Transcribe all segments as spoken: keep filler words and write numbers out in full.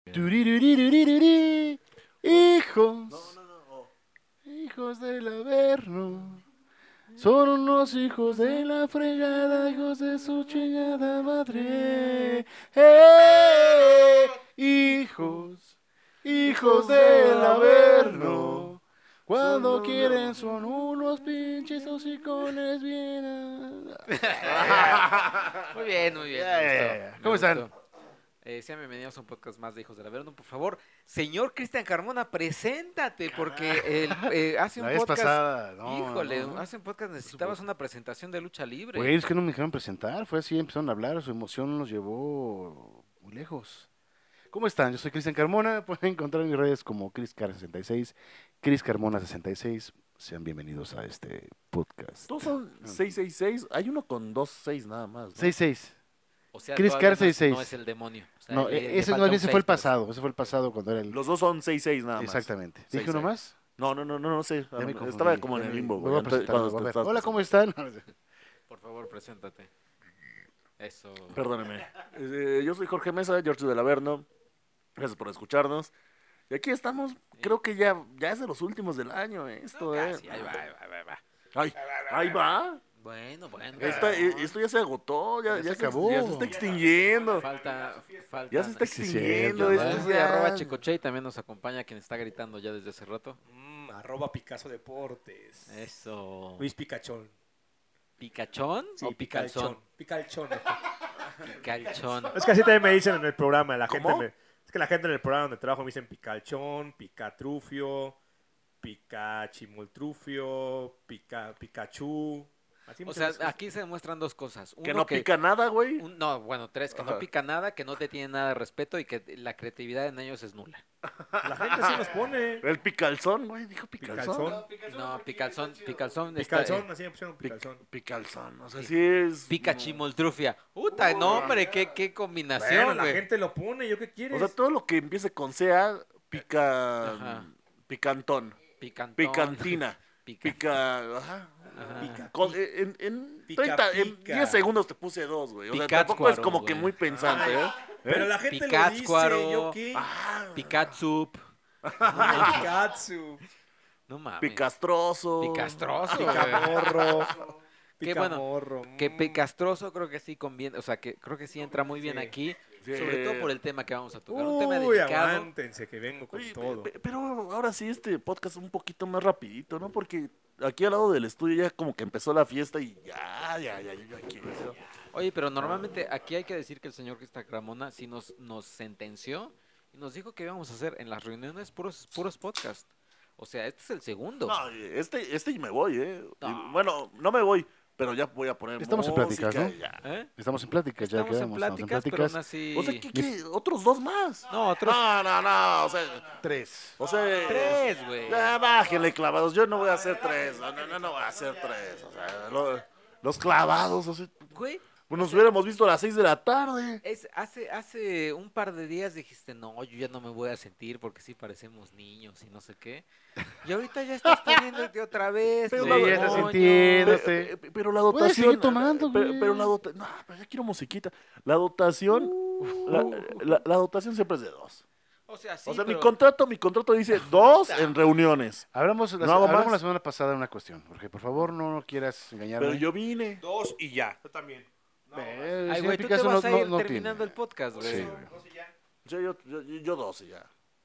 Turiririririrí. Hijos, hijos del Averno, son unos hijos de la fregada, hijos de su chingada madre. ¡Eh! Hijos, hijos del Averno, cuando quieren son unos pinches hocicones bien. Muy bien, muy bien. Ya, me ya, gustó, ya, ya. me ¿Cómo están? gustó. Eh, sean bienvenidos a un podcast más de Hijos del Averno. Por favor, señor Cristian Carmona, preséntate, porque el, eh, hace La un vez podcast. pasada, no, híjole, no, no. hace un podcast necesitabas una presentación de lucha libre. Güey, es que no me dejaron presentar, fue así, empezaron a hablar, su emoción nos llevó muy lejos. ¿Cómo están? Yo soy Cristian Carmona, pueden encontrar en mis redes como ChrisCar sesenta y seis, Cris Carmona sesenta y seis. Sean bienvenidos a este podcast. Todos son seis seis seis. Hay uno con dos seis nada más, ¿no? sesenta y seis. O sea, Chris todavía Car no, es, sesenta y seis. no es el demonio. O sea, No, le- le ese falta más bien un ese fue el seis, pero- pasado, ese fue el pasado cuando era el... Los dos son seis seis nada más. Exactamente. Seis, ¿Dije uno seis. más? No, no, no, no, no sé. Ya me confundí, Estaba como en ya el me- limbo, me güey. voy a Entonces, presentar, cuando me voy a te ver. estabas Hola, ¿cómo presentando. están? Por favor, preséntate. Eso. Perdóneme. Eh, yo soy Jorge Mesa, George del Averno. Gracias por escucharnos. Y aquí estamos. Creo que ya, ya es de los últimos del año esto, ¿eh? Casi, ahí va, ahí va, ahí va. Ay, ahí va. Bueno, bueno. Esta- eh, esto ya se agotó, ya, Ya ya se acabó. Ya se está extinguiendo. Falta, falta. Ya se está Sí, extinguiendo. cierto, esto ¿no? Desde ya- arroba Chicoche y también nos acompaña quien está gritando ya desde hace rato. Mm, arroba Picasso Deportes. Eso. Luis Picachón. ¿Picachón Sí, o picalzón? Picalchón. Picalchón. Es que así también me dicen en el programa. La gente ¿Cómo? me- es que la gente en el programa donde trabajo me dicen Picalchón, Picatrufio, Picachimultrufio, Pica, Pikachu. Así O muchas sea, veces. aquí se demuestran dos cosas. Que Uno no pica nada, güey. un- no, bueno, tres, que no Ajá. pica nada, que no te tiene nada de respeto y que la creatividad en ellos es nula. La gente sí nos pone. El picalzón, güey. Dijo picalzón. Picalzón. No, picalzón, picalzón. está, Picalzón, eh, así me pusieron Pic- Picalzón. Picalzón. O sea, sí es. Picachimoltrufia. Puta, no, hombre, qué, qué Bueno, combinación, la güey. gente lo pone. ¿Yo qué O quieres? sea, todo lo que empiece con sea, pica. Ajá. Picantón. Picantón. Picantina. Pica. Pica. Ajá. Ajá. Pica, Con- pica. en, en, Pica, treinta, en pica. diez segundos te puse dos, güey. O sea, Picátzcuaro, tampoco es como que güey. muy pensante, ¿eh? Pero la gente lo Picatzcuaro. dice. ¿Yo qué? Ah, Picatsup. Ay, Pikatsu. No mames. picastroso. Picastroso, güey. Picamorro. Qué bueno, Picamorro. Que mm. picastroso creo que sí conviene, o sea, que creo que sí entra muy bien Sí. aquí, Sí. sobre todo por el tema que vamos a tocar. Un tema Uy, delicado. aguántense que vengo con Oye, todo. pe- pe- pero ahora sí este podcast es un poquito más rapidito, ¿no? Porque aquí al lado del estudio ya como que empezó la fiesta y ya, ya, ya, ya, ya quiero. Oye, pero normalmente aquí hay que decir que el señor Cristian Carmona sí nos, nos sentenció y nos dijo que íbamos a hacer en las reuniones puros, puros podcast. O sea, este es el segundo. No, este, este me voy, ¿eh? No. Y, bueno, no me voy, pero ya voy a poner Estamos en música pláticas, ¿no? y ya. ¿Eh? Estamos en pláticas, ya Estamos en quedamos. pláticas, pero aún así... O sea, ¿qué, qué? ¿Otros dos más? No, otros No, no, no, o sea, Tres. o sea... tres, güey. Ya, bájenle clavados, yo no voy a hacer tres, no, no, no, no voy a hacer tres, o sea, lo- los clavados, o sea, Güey, pues nos hubiéramos visto a las seis de la tarde. es, hace, hace un par de días dijiste, no, yo ya no me voy a sentir porque sí parecemos niños y no sé qué. Y ahorita ya estás poniéndote otra vez. Pero Sí, la- ya estás no, sintiendo. Pe- Fíjate. pe- Pero la Puedes dotación. seguir tomando, pero, güey. pero la dotación. No, pero ya quiero musiquita. La dotación. La, la- la dotación siempre es de dos. O sea, sí, o sea, pero- mi contrato, mi contrato dice dos en reuniones. Hablamos, la, ¿No hago hablamos más? la semana pasada de una cuestión, Jorge. Por favor, no, no quieras engañarme. Pero yo vine. Dos y ya. Yo también. No, Eh, Ay, señor güey, tú te Picasso vas no- a no- ir no terminando tiene. el podcast, güey. Sí, güey. dos y ya. Yo, yo, yo, yo dos y ya.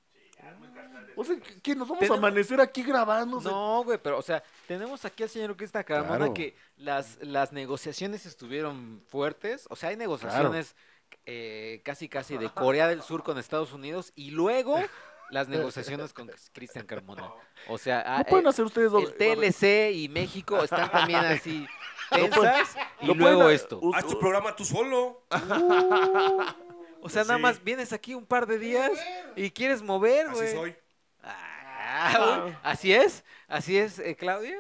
O sea, ¿qué, qué, nos vamos Tenemos- a amanecer aquí grabando? O sea, No, güey, pero, o sea, tenemos aquí al señor Cristian Carmona Claro. que las, las negociaciones estuvieron fuertes. O sea, hay negociaciones eh, casi, casi de Corea del Sur con Estados Unidos y luego las negociaciones con Cristian Carmona. O sea, ah, ¿No pueden eh, hacer ustedes dos? el T L C y México están también así tensas y ¿No luego pueden- esto. u- Haz tu programa tú solo. O sea, nada Sí. más vienes aquí un par de días y quieres mover, güey. Así soy. Ah, güey, así es, así es, eh, Claudia.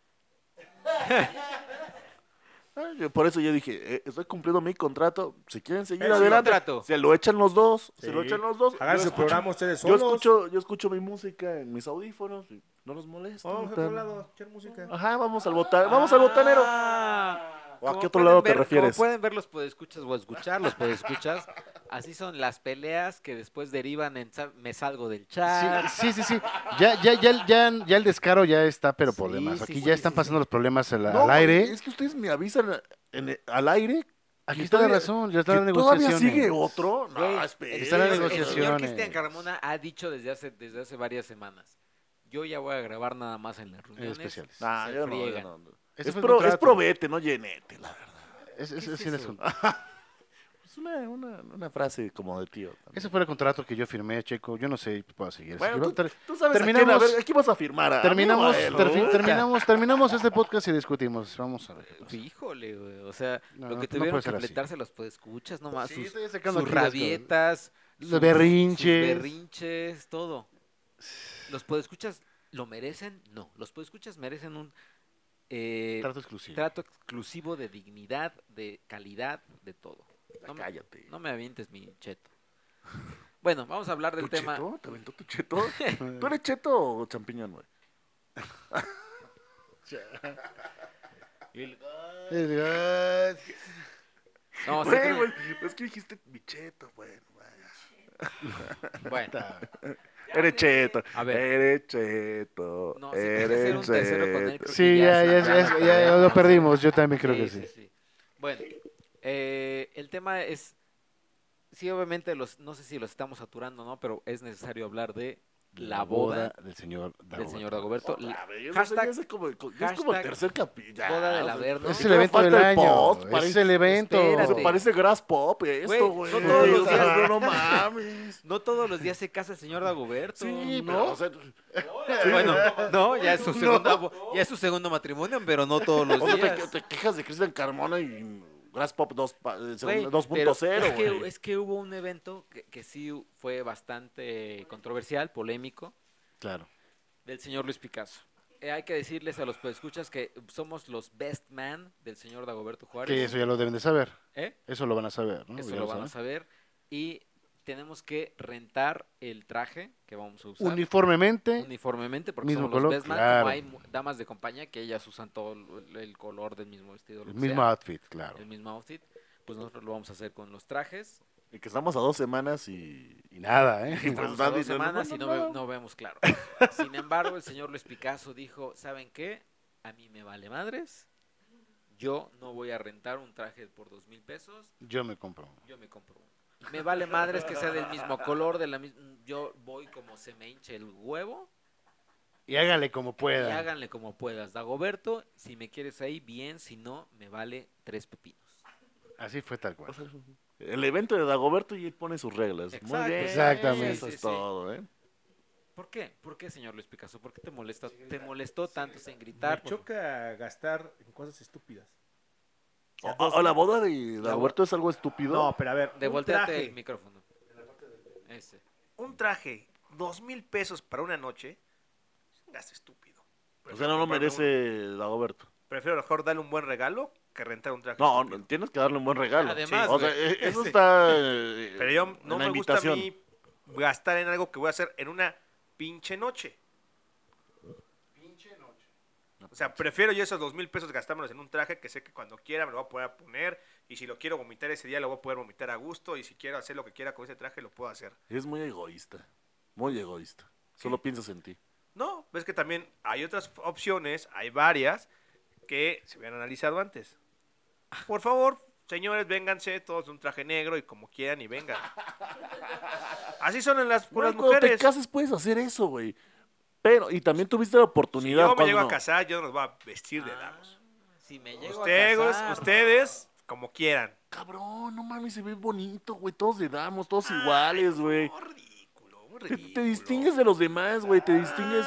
Ah, yo por eso yo dije, eh, estoy cumpliendo mi contrato. Si quieren seguir Es su adelante, contrato. se lo echan los dos. Se Sí. lo echan los dos. Hagan Yo su escucho- programa ustedes Yo solos. escucho, yo escucho mi música en mis audífonos. y no los molesto. Vamos a tal. otro lado, echar música. Ajá, vamos al botanero. Vamos al botanero. Ah, ¿O a como qué otro pueden lado te ver- refieres? Como pueden ver los podescuchas o escuchar los podescuchas, así son las peleas que después derivan en sa- me salgo del chat. Sí, sí, sí, sí. Ya, ya, ya, ya, ya el descaro ya está, pero por Sí, demás. sí, Aquí sí, ya sí, están sí. pasando los problemas al, No, al aire. güey, es que ustedes me avisan en el- al aire. Aquí que está la todavía- razón, ya que están las ¿Todavía negociaciones. sigue otro? Güey, No, el, espera. Están las señor, el negociaciones. señor Cristian Carmona ha dicho desde hace, desde hace varias semanas, yo ya voy a grabar nada más en las reuniones. especiales. Nah, se yo no, yo friegan. no, no. Ese Es, fue el pro, es contrato. probete, no llenete, la verdad. Es, es- ¿Qué es es el eso? asunto. Es una, una, una frase como de tío. también. Ese fue el contrato que yo firmé, Checo. Yo no sé si puedo seguir. Bueno, Así que tú, ter- tú sabes terminamos- a quién, a ver, aquí vas a firmar. A terminamos, mí o a él, terfi- ¿no? terminamos, terminamos este podcast y discutimos. Vamos a ver. qué pasa. Híjole, güey. O sea, No, lo no que puede tuvieron ser que así. enfrentarse los podescuchas nomás. Sí, sus estoy sacando sus aquí las cosas. rabietas. Los sus- berrinches. sus berrinches, todo. ¿Los podescuchas lo merecen? No. Los podescuchas merecen un eh, Trato exclusivo. trato exclusivo de dignidad, de calidad, de todo. No me, Cállate. no me avientes mi cheto. Bueno, vamos a hablar del ¿Tu tema. cheto? ¿Te aventó tu cheto? ¿Tú eres cheto o champiñón, güey? No, sí Güey, creo- güey, es que dijiste mi cheto, bueno, vaya. Bueno, Eres cheto, A ver. eres cheto, no, si quieres hacer eres un tercero con él, cheto. creo que Sí, ya, ya, se- ya, nos ya, ya lo perdemos. perdimos. Yo también creo que sí. Bueno, eh, el tema es, sí, obviamente, los, no sé si los estamos saturando, ¿no? Pero es necesario hablar de la boda del señor del Dagoberto. señor Dagoberto. Otra vez, Hashtag o sea, ya es como, ya es como el hashtag tercer capítulo. boda del Averno. Es No, el evento falta del el año. post, Es parece- el evento. Espérate. Eso parece grass pop esto, Güey, güey. no todos los O sea, días- no, no mames. No todos los días se casa el señor Dagoberto. Sí, ¿no? pero, o sea, Bueno, no, ya es su segunda bo- ya es su segundo matrimonio, pero no todos los o sea, días. te, te quejas de Cristian Carmona y Grass Pop dos pa- eh, Güey, segundo- dos pero punto cero, es que, güey. es que hubo un evento que, que sí fue bastante controversial, polémico, Claro. del señor Luis Picasso. Eh, hay que decirles a los escuchas que somos los best man del señor Dagoberto Juárez. Que eso ya lo deben de saber. ¿Eh? Eso lo van a saber, ¿no? Eso Ya lo van a saben. saber. Y tenemos que rentar el traje que vamos a usar Uniformemente. uniformemente, porque mismo somos color, los best man, claro. como hay mu- damas de compañía que ellas usan todo el, el color del mismo vestido. lo El que mismo sea, outfit, claro. el mismo outfit. Pues nosotros lo vamos a hacer con los trajes. Y que estamos a dos semanas y... Y nada, ¿eh? Pues Estamos a nadie- dos semanas no, y no, no, ve- no. no vemos claro. Sin embargo, el señor Luis Picasso dijo, ¿saben qué? A mí me vale madres. Yo no voy a rentar un traje por dos mil pesos. Yo me compro. Yo me compro uno. Me vale madres que sea del mismo color, de la misma... Yo voy como se me hinche el huevo. Y hágale como Y pueda. háganle como puedas. Dagoberto, si me quieres ahí, bien. Si no, me vale tres pepinos. Así fue tal cual. El evento de Dagoberto y él pone sus reglas. Muy Exacto. bien. Exactamente. Eso Sí, es sí, sí. todo, ¿eh? ¿Por qué? ¿Por qué, señor Luis Picasso? ¿Por qué te molesta? ¿Te molestó tanto sin Me gritar? choca gastar en cosas estúpidas. O sea, O, dos- o la boda de Dagoberto es algo estúpido. No, pero a ver, De un volteate traje, el micrófono. Ese. Un traje, dos mil pesos para una noche, es un gasto estúpido. o sea, no lo comprarme merece un- Dagoberto. prefiero mejor darle un buen regalo que rentar un traje. No, estúpido. no, tienes que darle un buen regalo. Además, o sea, güey. eh, eso está eh, Pero yo en no la me gusta a invitación. mí gastar en algo que voy a hacer en una pinche noche. O sea, prefiero yo esos dos mil pesos gastármelos en un traje que sé que cuando quiera me lo voy a poder poner. Y si lo quiero vomitar ese día, lo voy a poder vomitar a gusto. Y si quiero hacer lo que quiera con ese traje, lo puedo hacer. Es muy egoísta. Muy egoísta. Solo piensas en ti. No, ves que también hay otras opciones, hay varias que se hubieran analizado antes. Por favor, señores, vénganse todos de un traje negro y como quieran y vengan. Así son en las, con Güey, las cuando te mujeres. cases puedes hacer eso, güey. Pero, y también tuviste la Si oportunidad. yo me cuando llego a no. casar, yo no los voy a vestir de damos. Si me llego Ustedes, a casar, ustedes, como quieran. Cabrón, no mames, se ve bonito, güey. Todos le damos, todos iguales, güey. Muy ridículo, muy Te, ridículo. te distingues de los demás, güey. Te distingues.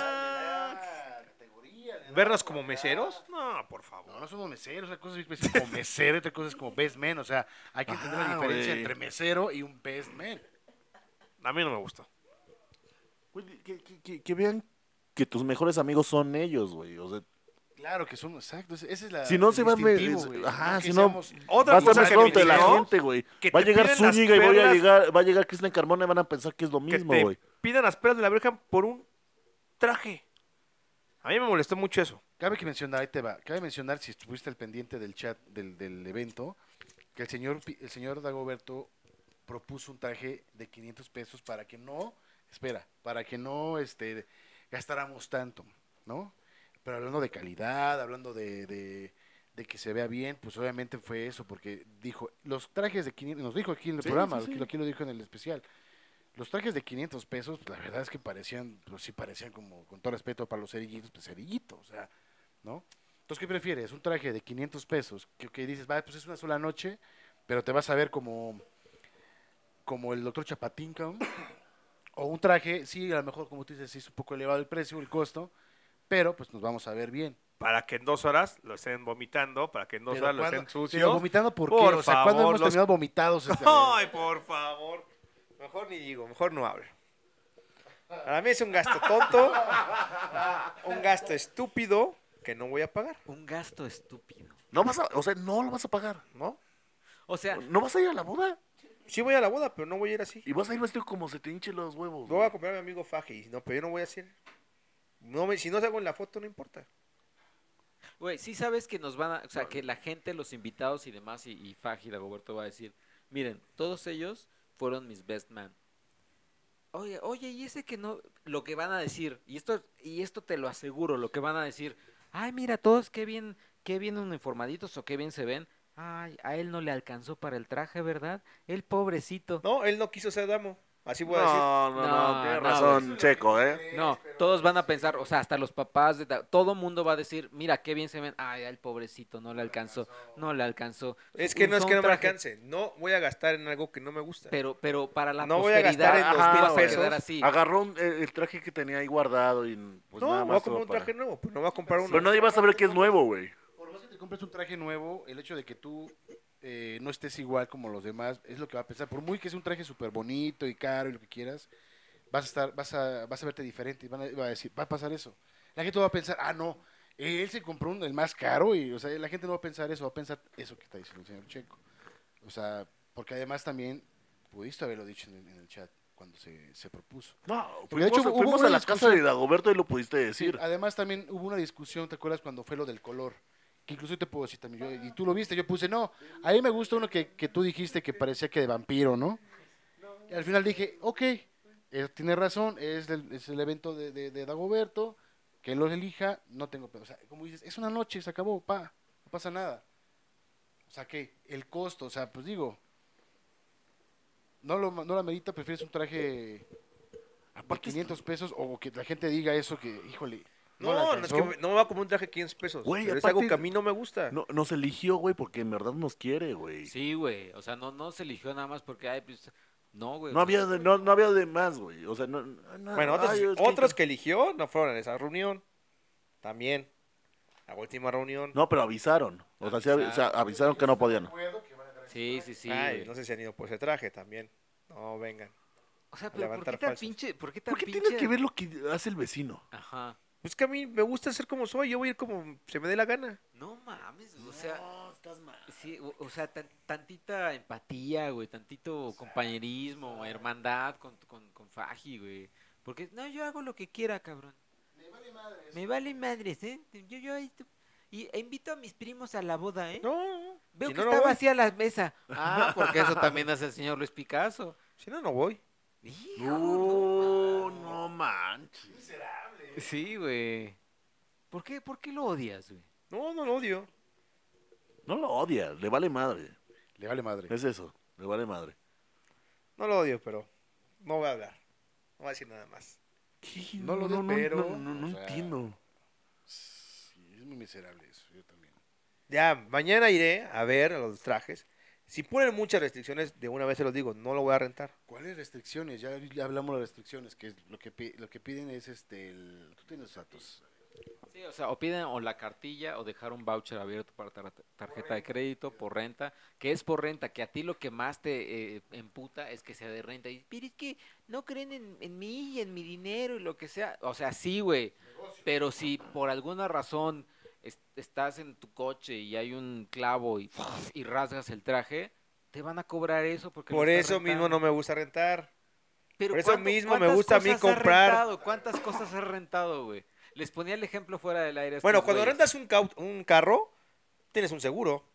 ¿Vernos como meseros? No, por No, favor. no somos meseros, una cosa es como mesero y otra cosa es como best man, o sea, hay que entender la Ah, diferencia güey. entre mesero y un best man. A mí no me gusta. Güey, que, que- que- que vean que tus mejores amigos son ellos, güey. O sea, Claro que son, exacto, esa esa es la si no el se va a ver. distintivo, güey, Ajá, que si no. seamos- Otra Va a estar cosa que mezclándote me la indignó, gente, güey. que Va a te llegar piden las Zúñiga y voy a perlas- llegar, va a llegar Cristian Carmona y van a pensar que es lo Que mismo, te güey. pidan las perlas de la Virgen por un traje. A mí me molestó mucho eso. Cabe que mencionar, ahí te va, cabe mencionar, si estuviste al pendiente del chat del, del evento, que el señor, Pi- el señor Dagoberto propuso un traje de quinientos pesos para que no, espera, para que no este, gastáramos tanto, ¿no? Pero hablando de calidad, hablando de, de, de que se vea bien, pues obviamente fue eso, porque dijo, los trajes de quinientos, nos dijo aquí en el Sí, programa, sí, sí. aquí, aquí lo dijo en el especial, los trajes de quinientos pesos, pues, la verdad es que parecían, pues sí parecían como, con todo respeto para los cerillitos, pues cerillitos, o sea, ¿no? Entonces, ¿qué prefieres? Un traje de quinientos pesos, que, que dices, va, pues es una sola noche, pero te vas a ver como, como el doctor Chapatín, cabrón. O un traje, sí, a lo mejor, como tú dices, sí es un poco elevado el precio, el costo, pero pues nos vamos a ver bien. Para que en dos horas lo estén vomitando, para que en dos Pero horas lo ¿cuándo- estén sucios. pero vomitando, ¿por qué? Por O sea, ¿cuándo favor, hemos los- terminado vomitados? Este, Ay, por favor. Mejor ni digo, mejor no hablo. Para mí es un gasto tonto, un gasto estúpido que no voy a pagar, Un gasto estúpido. No vas a, o sea, no lo vas a pagar. ¿no? O sea, ¿No vas a ir a la boda? Sí voy a la boda, pero no voy a ir así. Y vas a ir vestido como se te hinchen los huevos. Voy güey. a comprar a mi amigo Faji, no, pero yo no voy a hacer. No me, si no salgo en la foto, no importa. güey, sí sabes que nos van a, o sea, que la gente, los invitados y demás, y, y Faji, Dagoberto va a decir, miren, todos ellos fueron mis best man. Oye, oye, y ese que no, lo que van a decir, y esto, y esto te lo aseguro, lo que van a decir, ay, mira, todos qué bien, qué bien uniformaditos o qué bien se ven. Ay, a él no le alcanzó para el traje, ¿verdad? El pobrecito. No, él no quiso ser damo. Así voy a decir. No, no, no, No, tienes no, razón, Checo, ¿eh? No, todos van a pensar, o sea, hasta los papás, de ta- todo mundo va a decir, mira, qué bien se ven. Ay, el pobrecito, no le alcanzó, no le alcanzó. Es que no es Usó que un no me traje, alcance. No voy a gastar en algo que no me gusta. Pero, pero para la No voy a gastar posteridad, en dos ajá, mil vas a pesos. quedar así. Agarró un- el, el traje que tenía ahí guardado y pues no, nada voy a más. comprar un todo para- traje nuevo. Pues no voy a comprar uno. Pero nadie va a saber que es nuevo, güey. Por más que te compres un traje nuevo, el hecho de que tú eh, no estés igual como los demás es lo que va a pensar. Por muy que sea un traje súper bonito y caro y lo que quieras, vas a estar, vas a, vas a verte diferente y van a, va a decir, va a pasar eso. La gente va a pensar, ah, no, él se compró un- el más caro y, o sea, la gente no va a pensar eso, va a pensar eso que está diciendo el señor Checo. O sea, porque además también pudiste haberlo dicho en el, en el chat cuando se, se propuso. No, Porque de fuimos, hecho hubo fuimos una a la casa discusión. de Dagoberto y lo pudiste Sí, decir. además también hubo una discusión, ¿te acuerdas cuando fue lo del color? Que incluso te puedo decir también, yo, y tú lo viste, yo puse, no, a mí me gusta uno que, que tú dijiste que parecía que de vampiro, ¿no? Y al final dije, ok, eh, tiene razón, es el, es el evento de, de, de Dagoberto, que él lo elija, no tengo pedo. O sea, como dices, es una noche, se acabó, pa, no pasa nada. O sea, que el costo, o sea, pues digo, no lo, no la merita, prefieres un traje de Aparte, quinientos pesos o que la gente diga eso que, híjole, no, No, la no, es alcanzó. que me- no me voy a comprar un traje de quinientos pesos. Güey, pero es aparte- algo que a mí no me gusta. no, nos eligió, güey, porque en verdad nos quiere, güey. Sí, güey, o sea, no, no se eligió nada más porque, ay, pues, no, güey. No o sea, había de, no, no había de más, güey. O sea, no, no- Bueno, otros, ay, es otros que eligió no fueron en esa reunión. También. La última reunión. No, pero avisaron. O sea, sí avi- o sea, avisaron que no podían. Sí, sí, sí. Ay, güey. no sé si han ido por ese traje también. No, vengan. O sea, pero ¿por levantar qué tan falsos. pinche? ¿Por qué tan ¿Por qué pinche? tiene que ver lo que hace el vecino? Ajá. Pues que a mí me gusta ser como soy. Yo voy a ir como se me dé la gana. No mames, o sea, estás mal. sí, o, o sea, tan- tantita empatía, güey, tantito compañerismo, hermandad con, con, con Faji, güey. Porque, no, yo hago lo que quiera, cabrón. Me vale madres. Me vale madres, ¿eh? Yo, yo ahí tu- y e invito a mis primos a la boda, ¿eh? No, no. Veo si que no, no está voy. vacía la mesa. Ah, porque eso también hace el señor Luis Picasso. Si no, no voy. Hijo, No, no manches. Sí, güey. ¿Por qué, ¿Por qué lo odias, güey? No, no lo odio. No lo odia, le vale madre. Le vale madre. Es eso, le vale madre. No lo odio, pero no voy a hablar. No voy a decir nada más. ¿Qué? No lo odio, pero, No, no, no o sea, entiendo. Sí, es muy miserable eso, yo también. Ya, mañana iré a ver a los trajes. Si ponen muchas restricciones, de una vez se los digo, no lo voy a rentar. ¿Cuáles restricciones? Ya, ya hablamos de restricciones, que es lo que pi- lo que piden es este el, tú tienes datos. Sí, o sea, o piden o la cartilla o dejar un voucher abierto para tar- tarjeta de crédito por renta, que es por renta, que a ti lo que más te eh, emputa es que sea de renta. Y, pero es que no creen en, en mí y en mi dinero y lo que sea. O sea, sí, güey, pero si por alguna razón es- estás en tu coche y hay un clavo y, y rasgas el traje, te van a cobrar eso porque lo Por estás eso mismo rentando. no me gusta rentar. Pero por eso ¿cuánto- mismo me cuántas gusta a mí cosas has comprar? rentado? ¿Cuántas cosas has rentado, güey? Les ponía el ejemplo fuera del aire. a estos Bueno, cuando güeyes. rentas un, cau- un carro, tienes un seguro.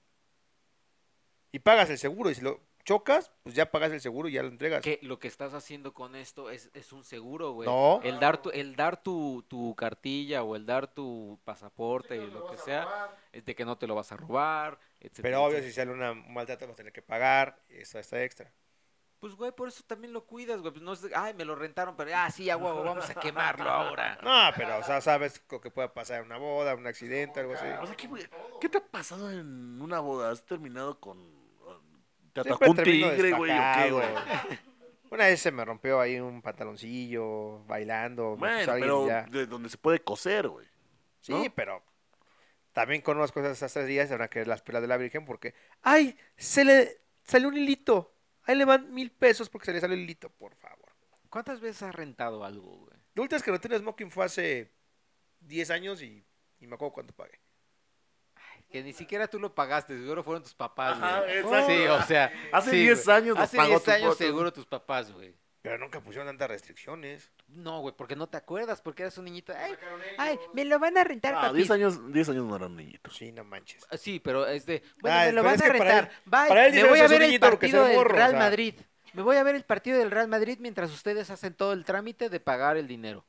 Y pagas el seguro. Y si lo chocas, pues ya pagas el seguro y ya lo entregas. Que lo que estás haciendo con esto es, es un seguro, güey. No. El dar, tu, el dar tu, tu cartilla o el dar tu pasaporte y lo que sea, es de que no te lo vas a robar, etcétera. Pero obvio, si etcétera. sale una, un maltrato, vas a tener que pagar. Eso está extra. Pues, güey, por eso también lo cuidas, güey. Pues no es de, ay, me lo rentaron, pero, ah, sí, a huevo, vamos a quemarlo ahora. No, pero, o sea, sabes lo que puede pasar en una boda, un accidente, algo así. O sea, ¿qué, ¿qué te ha pasado en una boda? ¿Has terminado con... ¿Te Siempre atacó un termino tigre, güey, o qué, destacado. güey? Una vez se me rompió ahí un pantaloncillo, bailando. me puso Bueno, alguien pero y ya. de donde se puede coser, güey. Sí, ¿no? pero también conozco esas tres días se van a querer las pelas de la Virgen porque, ¡ay! Se le salió un hilito. Ahí le van mil pesos porque se le salió el hilito, por favor. ¿Cuántas veces has rentado algo, güey? La última vez que renté un smoking fue hace diez años y, y me acuerdo cuánto pagué. Que ni siquiera tú lo pagaste, seguro fueron tus papás, Ajá, güey. exacto. Sí, o sea. Hace sí, diez güey. años los Hace pagó diez tu años papá. seguro tus papás, güey. Pero nunca pusieron tantas restricciones. No, güey, porque no te acuerdas, porque eras un niñito. Ay, ay, me lo van a rentar, Ah, papis. diez años, diez años no era un niñito. Sí, no manches. Ah, sí, pero es de, bueno, Ah, me lo pero van es a que para rentar. él- Bye, para él me voy a es un ver el niñito porque partido es el del morro, Real o sea. Madrid. Me voy a ver el partido del Real Madrid mientras ustedes hacen todo el trámite de pagar el dinero.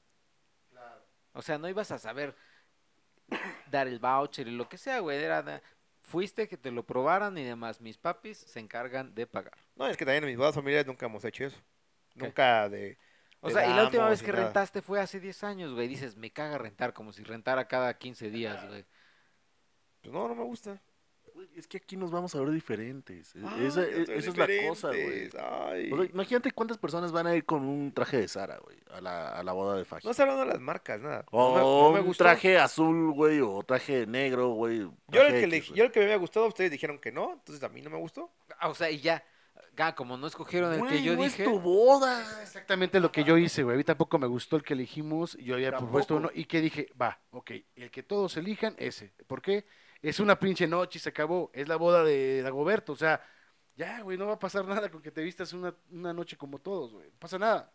O sea, no ibas a saber dar el voucher y lo que sea, güey. Era, de- fuiste que te lo probaran y demás. Mis papis se encargan de pagar. No, es que también en mis bodas familiares nunca hemos hecho eso. ¿Qué? Nunca de... O de sea, y la última damos vez y que nada. rentaste fue hace diez años, güey. Dices, me caga rentar, como si rentara cada quince días, güey. Pues no, no me gusta. Güey, es que aquí nos vamos a ver diferentes. E- Ay, esa otros e- esa es la cosa, güey. diferentes, ay. O sea, imagínate cuántas personas van a ir con un traje de Sara, güey, a la, a la boda de Faji. No estoy hablando de las marcas, nada. O no me, no me un gustó. traje azul, güey, o traje negro, güey. Yo traje el, que X, le, güey. yo el que me había gustado, ustedes dijeron que no, entonces a mí no me gustó. Ah, o sea, y ya. Ah, como no escogieron el que Güey, yo no dije. es tu boda. Exactamente lo que yo hice, güey. A mí tampoco me gustó el que elegimos. Yo había Tampoco. propuesto uno y que dije, va, ok, el que todos elijan, ese. ¿Por qué? Es una pinche noche y se acabó. Es la boda de Dagoberto. O sea, ya, güey, no va a pasar nada con que te vistas una, una noche como todos, güey. No pasa nada.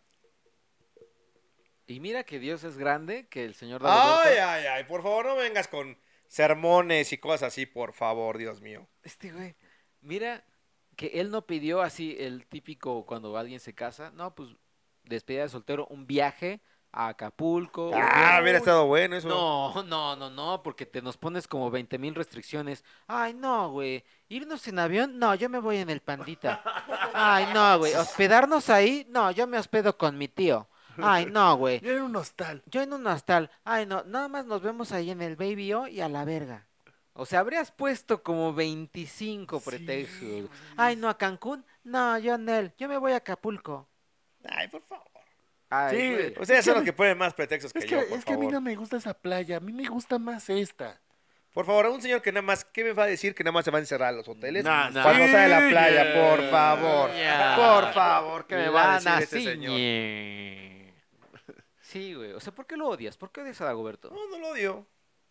Y mira que Dios es grande, que el Señor Ay, Dagoberto- ay, ay, por favor, no vengas con sermones y cosas así, por favor, Dios mío. Este güey, mira que él no pidió así el típico cuando alguien se casa. No, pues despedida de soltero, un viaje a Acapulco. un Ah, viaje- hubiera estado bueno eso. No, no, no, no, porque te nos pones como veinte mil restricciones. Ay, no, güey. ¿Irnos en avión? No, yo me voy en el Pandita. Ay, no, güey. ¿Hospedarnos ahí? No, yo me hospedo con mi tío. Ay, no, güey. Yo era un hostal. Yo en un hostal. Ay, no, nada más nos vemos ahí en el Baby O y a la verga. O sea, habrías puesto como veinticinco pretextos. Ay, no, a Cancún. No, yo en él. Yo me voy a Acapulco. Ay, por favor. Ay, Sí, güey. Ustedes Es que son a los mí- que ponen más pretextos que Es que, yo, por es que a mí favor. no me gusta esa playa. A mí me gusta más esta. Por favor, a un señor que nada más, ¿qué me va a decir que nada más se va a encerrar a los hoteles? Nah, cuando sí, sale a la playa, ya. por favor. Ya. Por favor, ¿qué me va a decir Lana este señor? Ciñe. Sí, güey. O sea, ¿por qué lo odias? ¿Por qué odias a Dagoberto? No, no lo odio.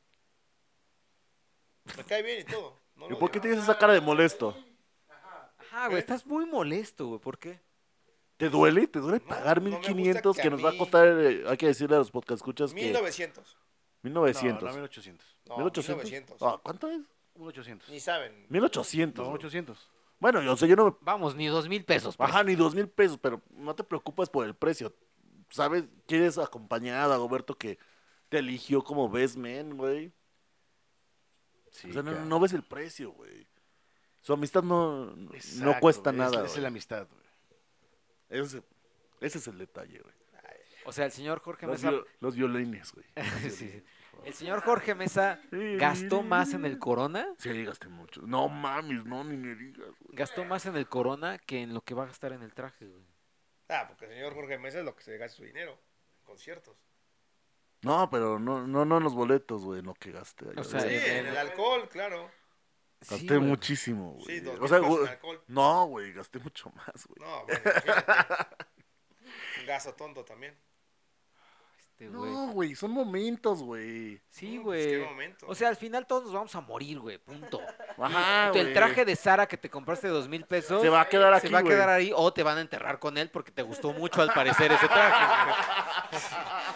Me cae bien y todo. No ¿Y lo por qué odio. tienes esa cara de molesto? Ajá, güey. Estás muy molesto, güey. ¿Por qué? ¿Te duele? ¿Te duele No, pagar no me mil gusta quinientos que que a nos va a mí- costar, eh, hay que decirle a los podcast escuchas mil que novecientos. mil No, novecientos. no, mil ochocientos. No, ¿mil ochocientos? mil novecientos. Ah, ¿cuánto es? mil ochocientos. Ni saben. mil ochocientos. No, güey. ochocientos. Bueno, yo sé, yo no me... Vamos, ni dos mil pesos. Pues. Ajá, ni dos mil pesos, pero no te preocupes por el precio. ¿Sabes? ¿Quieres acompañar a Dagoberto que te eligió como best man, güey? Sí, O sea, no, claro. no ves el precio, güey. Su amistad no, no Exacto, cuesta güey, nada, Es, es güey. la amistad, güey. Ese, ese es el detalle, güey. O sea, el señor Jorge Los, Mesa. vio- los violines, güey. Sí, sí. El señor Jorge Mesa Sí. gastó más en el Corona. Sí, gasté mucho. No mames, no, ni me digas, güey. Gastó más en el Corona que en lo que va a gastar en el traje, güey. Ah, porque el señor Jorge Mesa es lo que se gasta su dinero. En conciertos. No, pero no, no, no en los boletos, güey, en lo que gasté. allá, O sea, Sí, güey. en- en el alcohol, claro. gasté Sí, güey. muchísimo, güey. Sí, dos o mil sea, pesos güey, en alcohol. no, güey, gasté mucho más, güey. No, bueno, imagínate. Un gasto tonto también. Este, güey. No, güey, son momentos, güey. Sí, No, pues, qué güey. momento. O sea, al final todos nos vamos a morir, güey. Punto. Ajá, Y el güey. traje de Sara que te compraste de dos mil pesos Se va a quedar aquí, se va a güey. quedar ahí o te van a enterrar con él porque te gustó mucho al parecer ese traje. güey.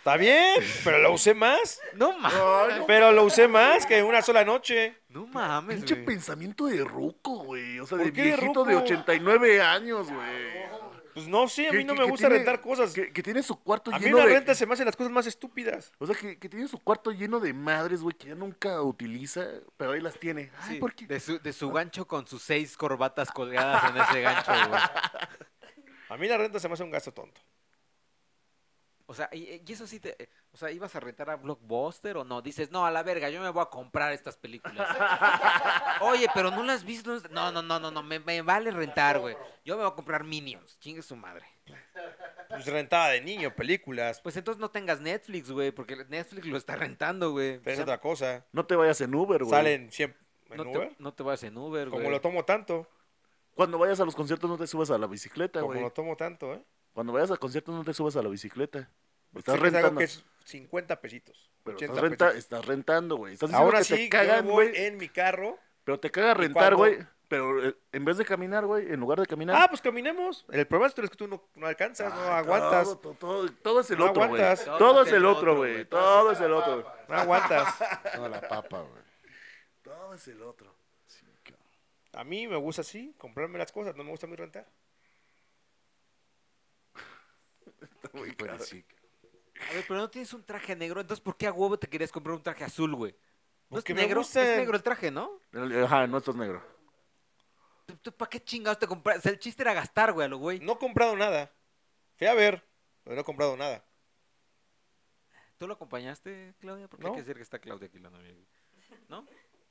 Está bien, pero lo usé más. No mames. Pero lo usé más que una sola noche. No mames, Pinche güey. pensamiento de ruco, güey. O sea, ¿Por de qué de viejito ruco? de ochenta y nueve años, güey. Pues no sé, a Que- mí no que- me que gusta tiene- rentar cosas. Que, que tiene su cuarto A mí lleno la de... renta se me hacen las cosas más estúpidas. O sea, que, que tiene su cuarto lleno de madres, güey, que ya nunca utiliza, pero ahí las tiene. Ay, Sí, ¿por qué? de, su, de su gancho con sus seis corbatas colgadas en ese gancho, güey. A mí la renta se me hace un gasto tonto. O sea, y, y eso sí te... eh, O sea, ¿ibas a rentar a Blockbuster o no? Dices, no, a la verga, yo me voy a comprar estas películas. Oye, pero no las has visto. No, no, no, no, no, me, me vale rentar, güey. Yo me voy a comprar Minions, chingue su madre. Pues rentaba de niño, películas. Pues entonces no tengas Netflix, güey, porque Netflix lo está rentando, güey. Pero es otra cosa. No te vayas en Uber, güey. Salen siempre en No te, Uber. no te vayas en Uber, güey. Como lo tomo tanto. Cuando vayas a los conciertos no te subas a la bicicleta, Como güey. lo tomo tanto, ¿eh? Cuando vayas a conciertos no te subas a la bicicleta. Porque Estás sé que es algo rentando. que es cincuenta pesitos. Pero ochenta estás, renta- pesitos. estás rentando, güey. Estás diciendo Ahora que sí, te cagan, yo voy güey. en mi carro. Pero te caga y rentar, cuando- güey. Pero eh, en vez de caminar, güey, en lugar de caminar... Ah, pues caminemos. El problema es que tú no, no alcanzas, no ah, aguantas. Todo, todo, todo, todo es el No otro, güey. aguantas. Todo es el otro, güey. güey. Todo es el otro. No aguantas. No, la papa, güey. Todo es el otro. Sí, cabrón. A mí me gusta así, comprarme las cosas. No me gusta a mí rentar. Muy Pues caro. sí. A ver, pero no tienes un traje negro, entonces ¿por qué a huevo te querías comprar un traje azul, güey? ¿No es Porque me negro? gusta- Es negro el traje, ¿no? Ajá, no estás negro. ¿Tú, tú para qué chingados te compras? O sea, el chiste era gastar, güey, a lo güey. No he comprado nada. Fui a ver, pero no he comprado nada. ¿Tú lo acompañaste, Claudia? Porque No. hay que decir que está Claudia aquí, la novia. ¿No?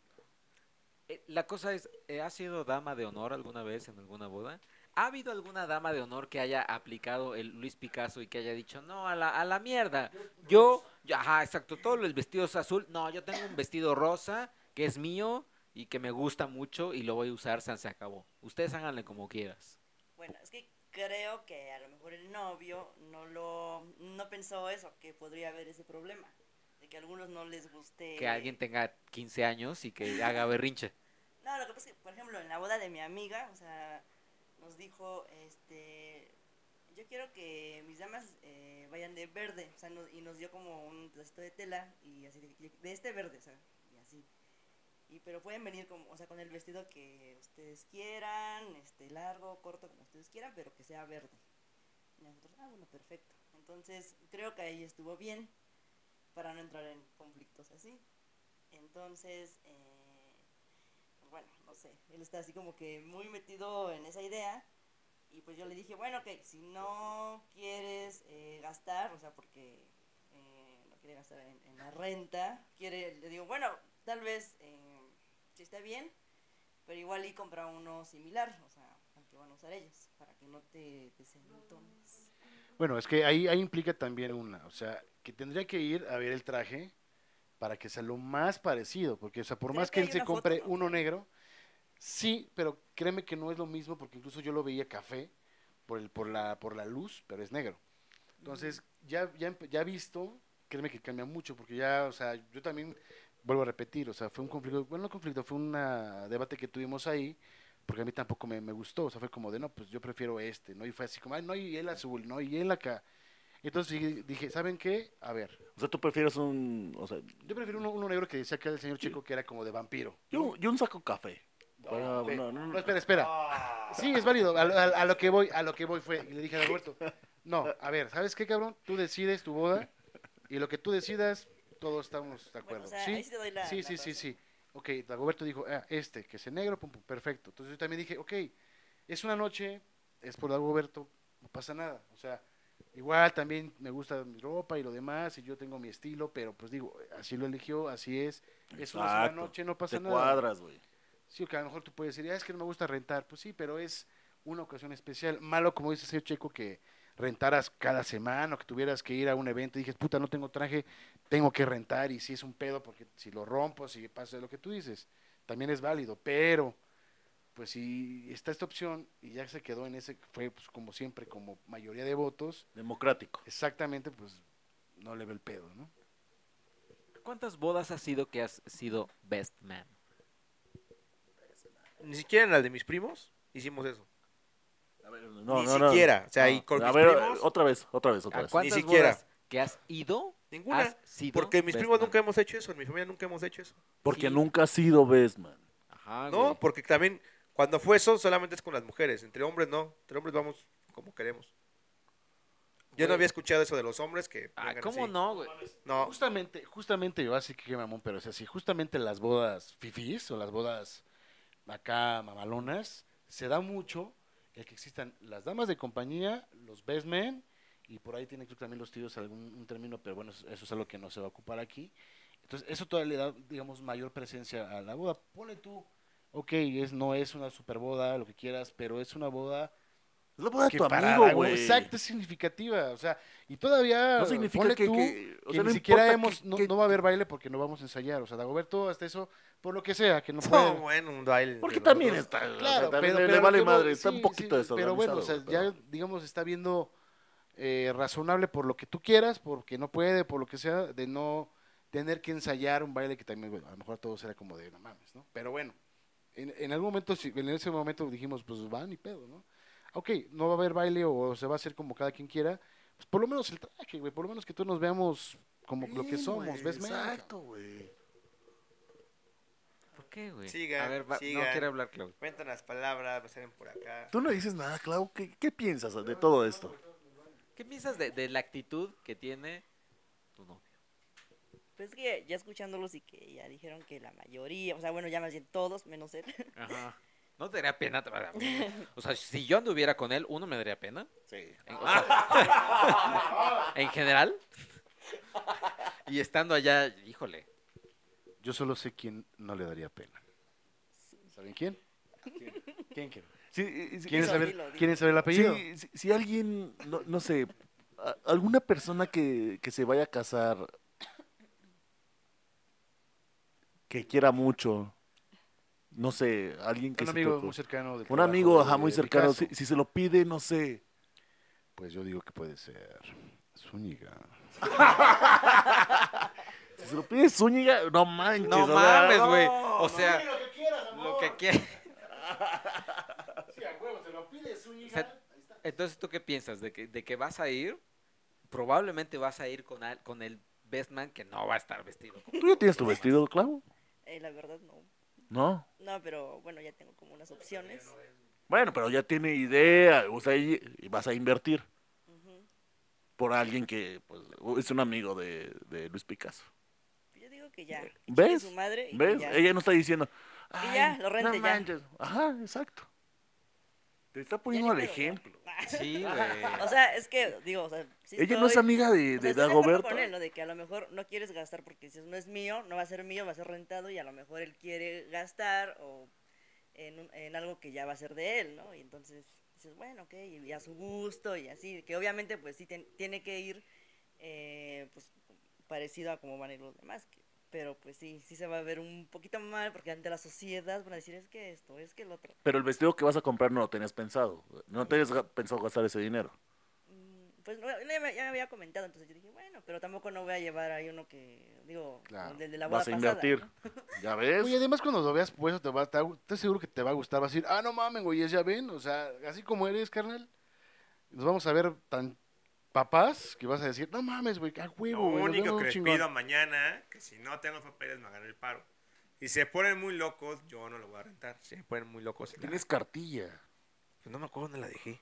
Eh, la cosa es, eh, ¿has sido dama de honor alguna vez en alguna boda? ¿Ha habido alguna dama de honor que haya aplicado el Luis Picasso y que haya dicho, no, a la, a la mierda? Yo, yo, ajá, exacto, todo el vestido es azul. No, yo tengo un vestido rosa que es mío y que me gusta mucho y lo voy a usar, san se acabó. Ustedes háganle como quieras. Bueno, es que creo que a lo mejor el novio no lo no pensó eso, que podría haber ese problema, de que a algunos no les guste. Que alguien tenga quince años y que haga berrinche. No, lo que pasa es que, por ejemplo, en la boda de mi amiga, o sea, nos dijo, este, yo quiero que mis damas eh, vayan de verde, o sea, no- y nos dio como un pedacito de tela y así, de, de este verde, o sea, y así. Y, pero pueden venir como, o sea, con el vestido que ustedes quieran, este, largo, corto, como ustedes quieran, pero que sea verde. Y nosotros, ah, bueno, perfecto. Entonces, creo que ahí estuvo bien para no entrar en conflictos así. Entonces, eh, pues bueno, no sé, él está así como que muy metido en esa idea. Y pues yo le dije, bueno, ok, si no quieres eh, gastar, o sea, porque eh, no quiere gastar en, en la renta, quiere, le digo, bueno, tal vez eh, sí está bien, pero igual y compra uno similar, o sea, al que van a usar ellos, para que no te desentones. Bueno, es que ahí, ahí implica también una, o sea, que tendría que ir a ver el traje para que sea lo más parecido, porque, o sea, por Creo más que que hay él se una foto, compre ¿no? uno negro, sí, pero créeme que no es lo mismo, porque incluso yo lo veía café por el, por la, por la luz, pero es negro. Entonces, ya, ya, empe- ya visto, créeme que cambia mucho, porque ya, o sea, yo también vuelvo a repetir, o sea, fue un conflicto, bueno, no conflicto, fue un debate que tuvimos ahí, porque a mí tampoco me, me gustó, o sea, fue como de, no, pues yo prefiero este, ¿no? Y fue así como, ay, no, y él azul, ¿no? Y él acá. Entonces dije- dije, ¿saben qué? A ver, O sea, tú prefieres un... O sea, yo prefiero uno, uno negro que decía que era el señor Checo, que era como de vampiro. yo, yo un saco café. Para- Ve, no, no, no, espera, espera. Sí, es válido, a, lo- a- a lo que voy, a lo que voy fue, y le dije a Roberto, no, a ver, ¿sabes qué, cabrón? Tú decides tu boda, y lo que tú decidas, todos estamos de acuerdo, Bueno, o sea, ¿sí? ahí sí te doy la- sí, la sí, sí, razón. sí. Ok, Dagoberto dijo, ah, este, que es el negro, pum, pum, perfecto. Entonces yo también dije, ok, es una noche, es por Dagoberto, no pasa nada. O sea, igual también me gusta mi ropa y lo demás, y yo tengo mi estilo, pero pues digo, así lo eligió, así es. Es una sola Exacto. noche, no pasa Te nada. cuadras, güey. Sí, que a lo mejor tú puedes decir, ah, es que no me gusta rentar. Pues sí, pero es una ocasión especial. Malo, como dice el señor Checo, que rentaras cada semana o que tuvieras que ir a un evento y dijes, puta, no tengo traje, tengo que rentar y si es un pedo porque si lo rompo, si pasa lo que tú dices, también es válido, pero pues si está esta opción y ya se quedó en ese, fue pues, como siempre, como mayoría de votos, Democrático. exactamente, pues no le ve el pedo, ¿no? ¿Cuántas bodas has sido que has sido best man? Ni siquiera en la de mis primos hicimos eso. A ver, no, Ni no, no. siquiera, o sea, No. y con A mis ver, primos- otra vez, otra vez, otra ¿A vez. cuántas Ni siquiera. bodas que has ido? Ninguna. ¿Has sido Porque mis best primos man? nunca hemos hecho eso, en mi familia nunca hemos hecho eso. Porque Sí. nunca has sido best man. Ajá, No, güey. porque también cuando fue eso solamente es con las mujeres, entre hombres no, entre hombres vamos como queremos. Yo no había escuchado eso de los hombres que Ah, vengan ¿cómo así. no, güey? No, Justamente, justamente yo así que qué mamón, pero es así, justamente las bodas fifís o las bodas acá mamalonas, se da mucho el que existan las damas de compañía, los best men, y por ahí tienen creo que también los tíos algún un término, pero bueno, eso eso es algo que no se va a ocupar aquí. Entonces, eso todavía le da, digamos, mayor presencia a la boda. Ponle tú, ok, es, no es una super boda, lo que quieras, pero es una boda Es la boda de que tu para amigo, la- güey. exacto, es significativa, o sea, y todavía No significa ponle que- tú que- o que sea, ni no siquiera importa hemos, que- no, que- no va a haber baile porque no vamos a ensayar, o sea, Dagoberto hasta eso, por lo que sea, que no no, puede. bueno, un baile. Porque entre los también dos. está. o sea, Claro, también pero, le, pero le lo vale que voy- madre. Está sí, un poquito sí, desorganizado. pero bueno, o sea, pero- ya, digamos, está viendo eh, razonable por lo que tú quieras, porque no puede, por lo que sea, de no tener que ensayar un baile que también, bueno, a lo mejor todo será como de no mames, ¿no? Pero bueno, en, en algún momento, sí, en ese momento dijimos, pues va, ni pedo, ¿no? Ok, no va a haber baile o se va a hacer como cada quien quiera, pues por lo menos el traje, güey, por lo menos que todos nos veamos como lo que Sí, somos, güey, ¿ves, man? Exacto, güey. ¿Por qué, güey? Sigan, a ver, va- no sigan. quiere hablar, Claudio. Cuentan las palabras, me salen por acá. Tú no dices nada, Clau. ¿Qué, qué piensas de todo esto? ¿Qué piensas de, de la actitud que tiene tu novio? Pues que ya escuchándolos y que ya dijeron que la mayoría, o sea, bueno, ya más bien todos, menos él. Ajá. ¿No te daría pena? O sea, si yo anduviera con él, uno me daría pena. Sí. En, o sea, en general. Y estando allá, híjole. Yo solo sé quién no le daría pena. ¿Saben quién? ¿Quién? ¿Quién? Sí, sí, sí, ¿Quieren Dilo, saber, dilo, dilo. ¿quieren saber el apellido? Sí, si, si alguien, no, no sé, a- alguna persona que, que se vaya a casar, que quiera mucho, no sé, alguien que Un se amigo tocó- muy cercano. del un trabajo amigo, de- ajá, muy de cercano, Picasso. si, si se lo pide, no sé. Pues yo digo que puede ser Zúñiga. Si se lo pide Zúñiga, no manches. No o sea, mames, no, güey. O sea, lo que quieras, lo que quieras. Sí, a huevo, se lo pide Zúñiga. O sea, entonces, ¿tú qué piensas? ¿De que, de que vas a ir? Probablemente vas a ir con, al- con el best man que no va a estar vestido. como- ¿Tú ya tienes tu vestido, Clau? Eh, la verdad no. No. No, pero bueno, ya tengo como unas opciones. Bueno, pero ya tiene idea, o sea, y, y vas a invertir Ujú. por alguien que pues, es un amigo de, de Luis Picasso. Yo digo que ya. que ¿Ves? chingue su madre y que ¿Ves? ya. Ella no está diciendo. Y ya, "Ay, lo rente no ya". manches". Ajá, exacto. Te está Ya poniendo ni al pedo, ejemplo. ¿no? Sí, güey. O sea, es que, digo, o sea, sí Ella no es estoy- amiga de, o sea, de estoy de acuerdo Dagoberto. con él, ¿no? De que a lo mejor no quieres gastar porque dices, no es mío, no va a ser mío, va a ser rentado y a lo mejor él quiere gastar o en, un- en algo que ya va a ser de él, ¿no? Y entonces dices, bueno, ok, y a su gusto y así, que obviamente pues sí ten- tiene que ir eh, pues parecido a como van a ir los demás, que- pero pues sí, sí se va a ver un poquito mal porque ante la sociedad van a decir, es que esto, es que el otro. Pero el vestido que vas a comprar no lo tenías pensado. No tenías ga- pensado gastar ese dinero. Mm, Pues no, ya, me, ya me había comentado, entonces yo dije, bueno, pero tampoco no voy a llevar ahí uno que, digo, Claro. como el de la boda Vas a pasada, invertir. ¿no? ¿Ya ves? Oye, además cuando lo veas, pues te va, te va- estoy seguro que te va a gustar. Vas a decir, ah, no mames, güey, ya ven. O sea, así como eres, carnal, nos vamos a ver tan papás que vas a decir, no mames, güey, a Lo huevo, güey. nos único vemos que les chingón". pido mañana, que si no tengo los papeles me hagan el paro. Si se ponen muy locos, yo no lo voy a rentar. Si se ponen muy locos, la- Tienes cartilla. pues no me acuerdo dónde la dejé.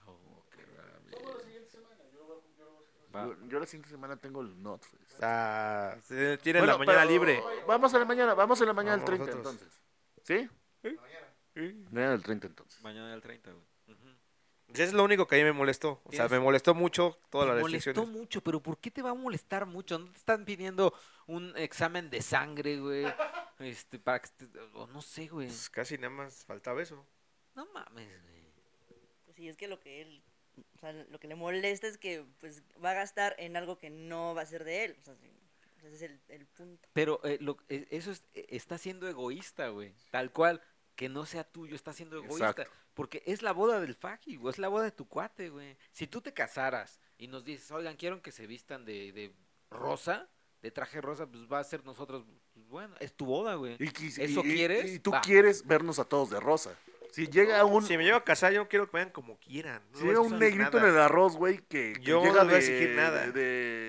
Va. Yo, yo la siguiente semana tengo el Notfest. Ah, se tienen Bueno, la mañana pero- libre. Vamos a la mañana, vamos a la mañana del Vamos treinta nosotros. entonces. ¿Sí? Mañana del treinta entonces. Mañana del treinta, güey. Ujú. Eso es lo único que a mí me molestó. O sea, Tienes- me molestó mucho todas Te las molestó restricciones. mucho, pero ¿por qué te va a molestar mucho? ¿No te están pidiendo un examen de sangre, güey? Este, para que te- o no sé, güey. Pues casi nada más faltaba eso. No mames, güey. Pues sí, es que lo que él, o sea, lo que le molesta es que pues va a gastar en algo que no va a ser de él. O sea, sí, ese es el, el punto. Pero eh, lo- eh, eso es- eh, está siendo egoísta, güey. Tal cual. Que no sea tuyo, está siendo egoísta. Exacto. Porque es la boda del Faji, güey. Es la boda de tu cuate, güey. Si tú te casaras y nos dices, oigan, quiero que se vistan de, de rosa, de traje rosa, pues va a ser nosotros, pues bueno, es tu boda, güey. Y, quis- ¿Eso y- y- quieres? Y tú Va. quieres vernos a todos de rosa. Si llega un, Si me llevo a casar, yo no quiero que vayan como quieran. No si les llega voy a un exigir negrito nada. en el arroz, güey, que, que Yo no llega les voy a de, exigir nada. de, de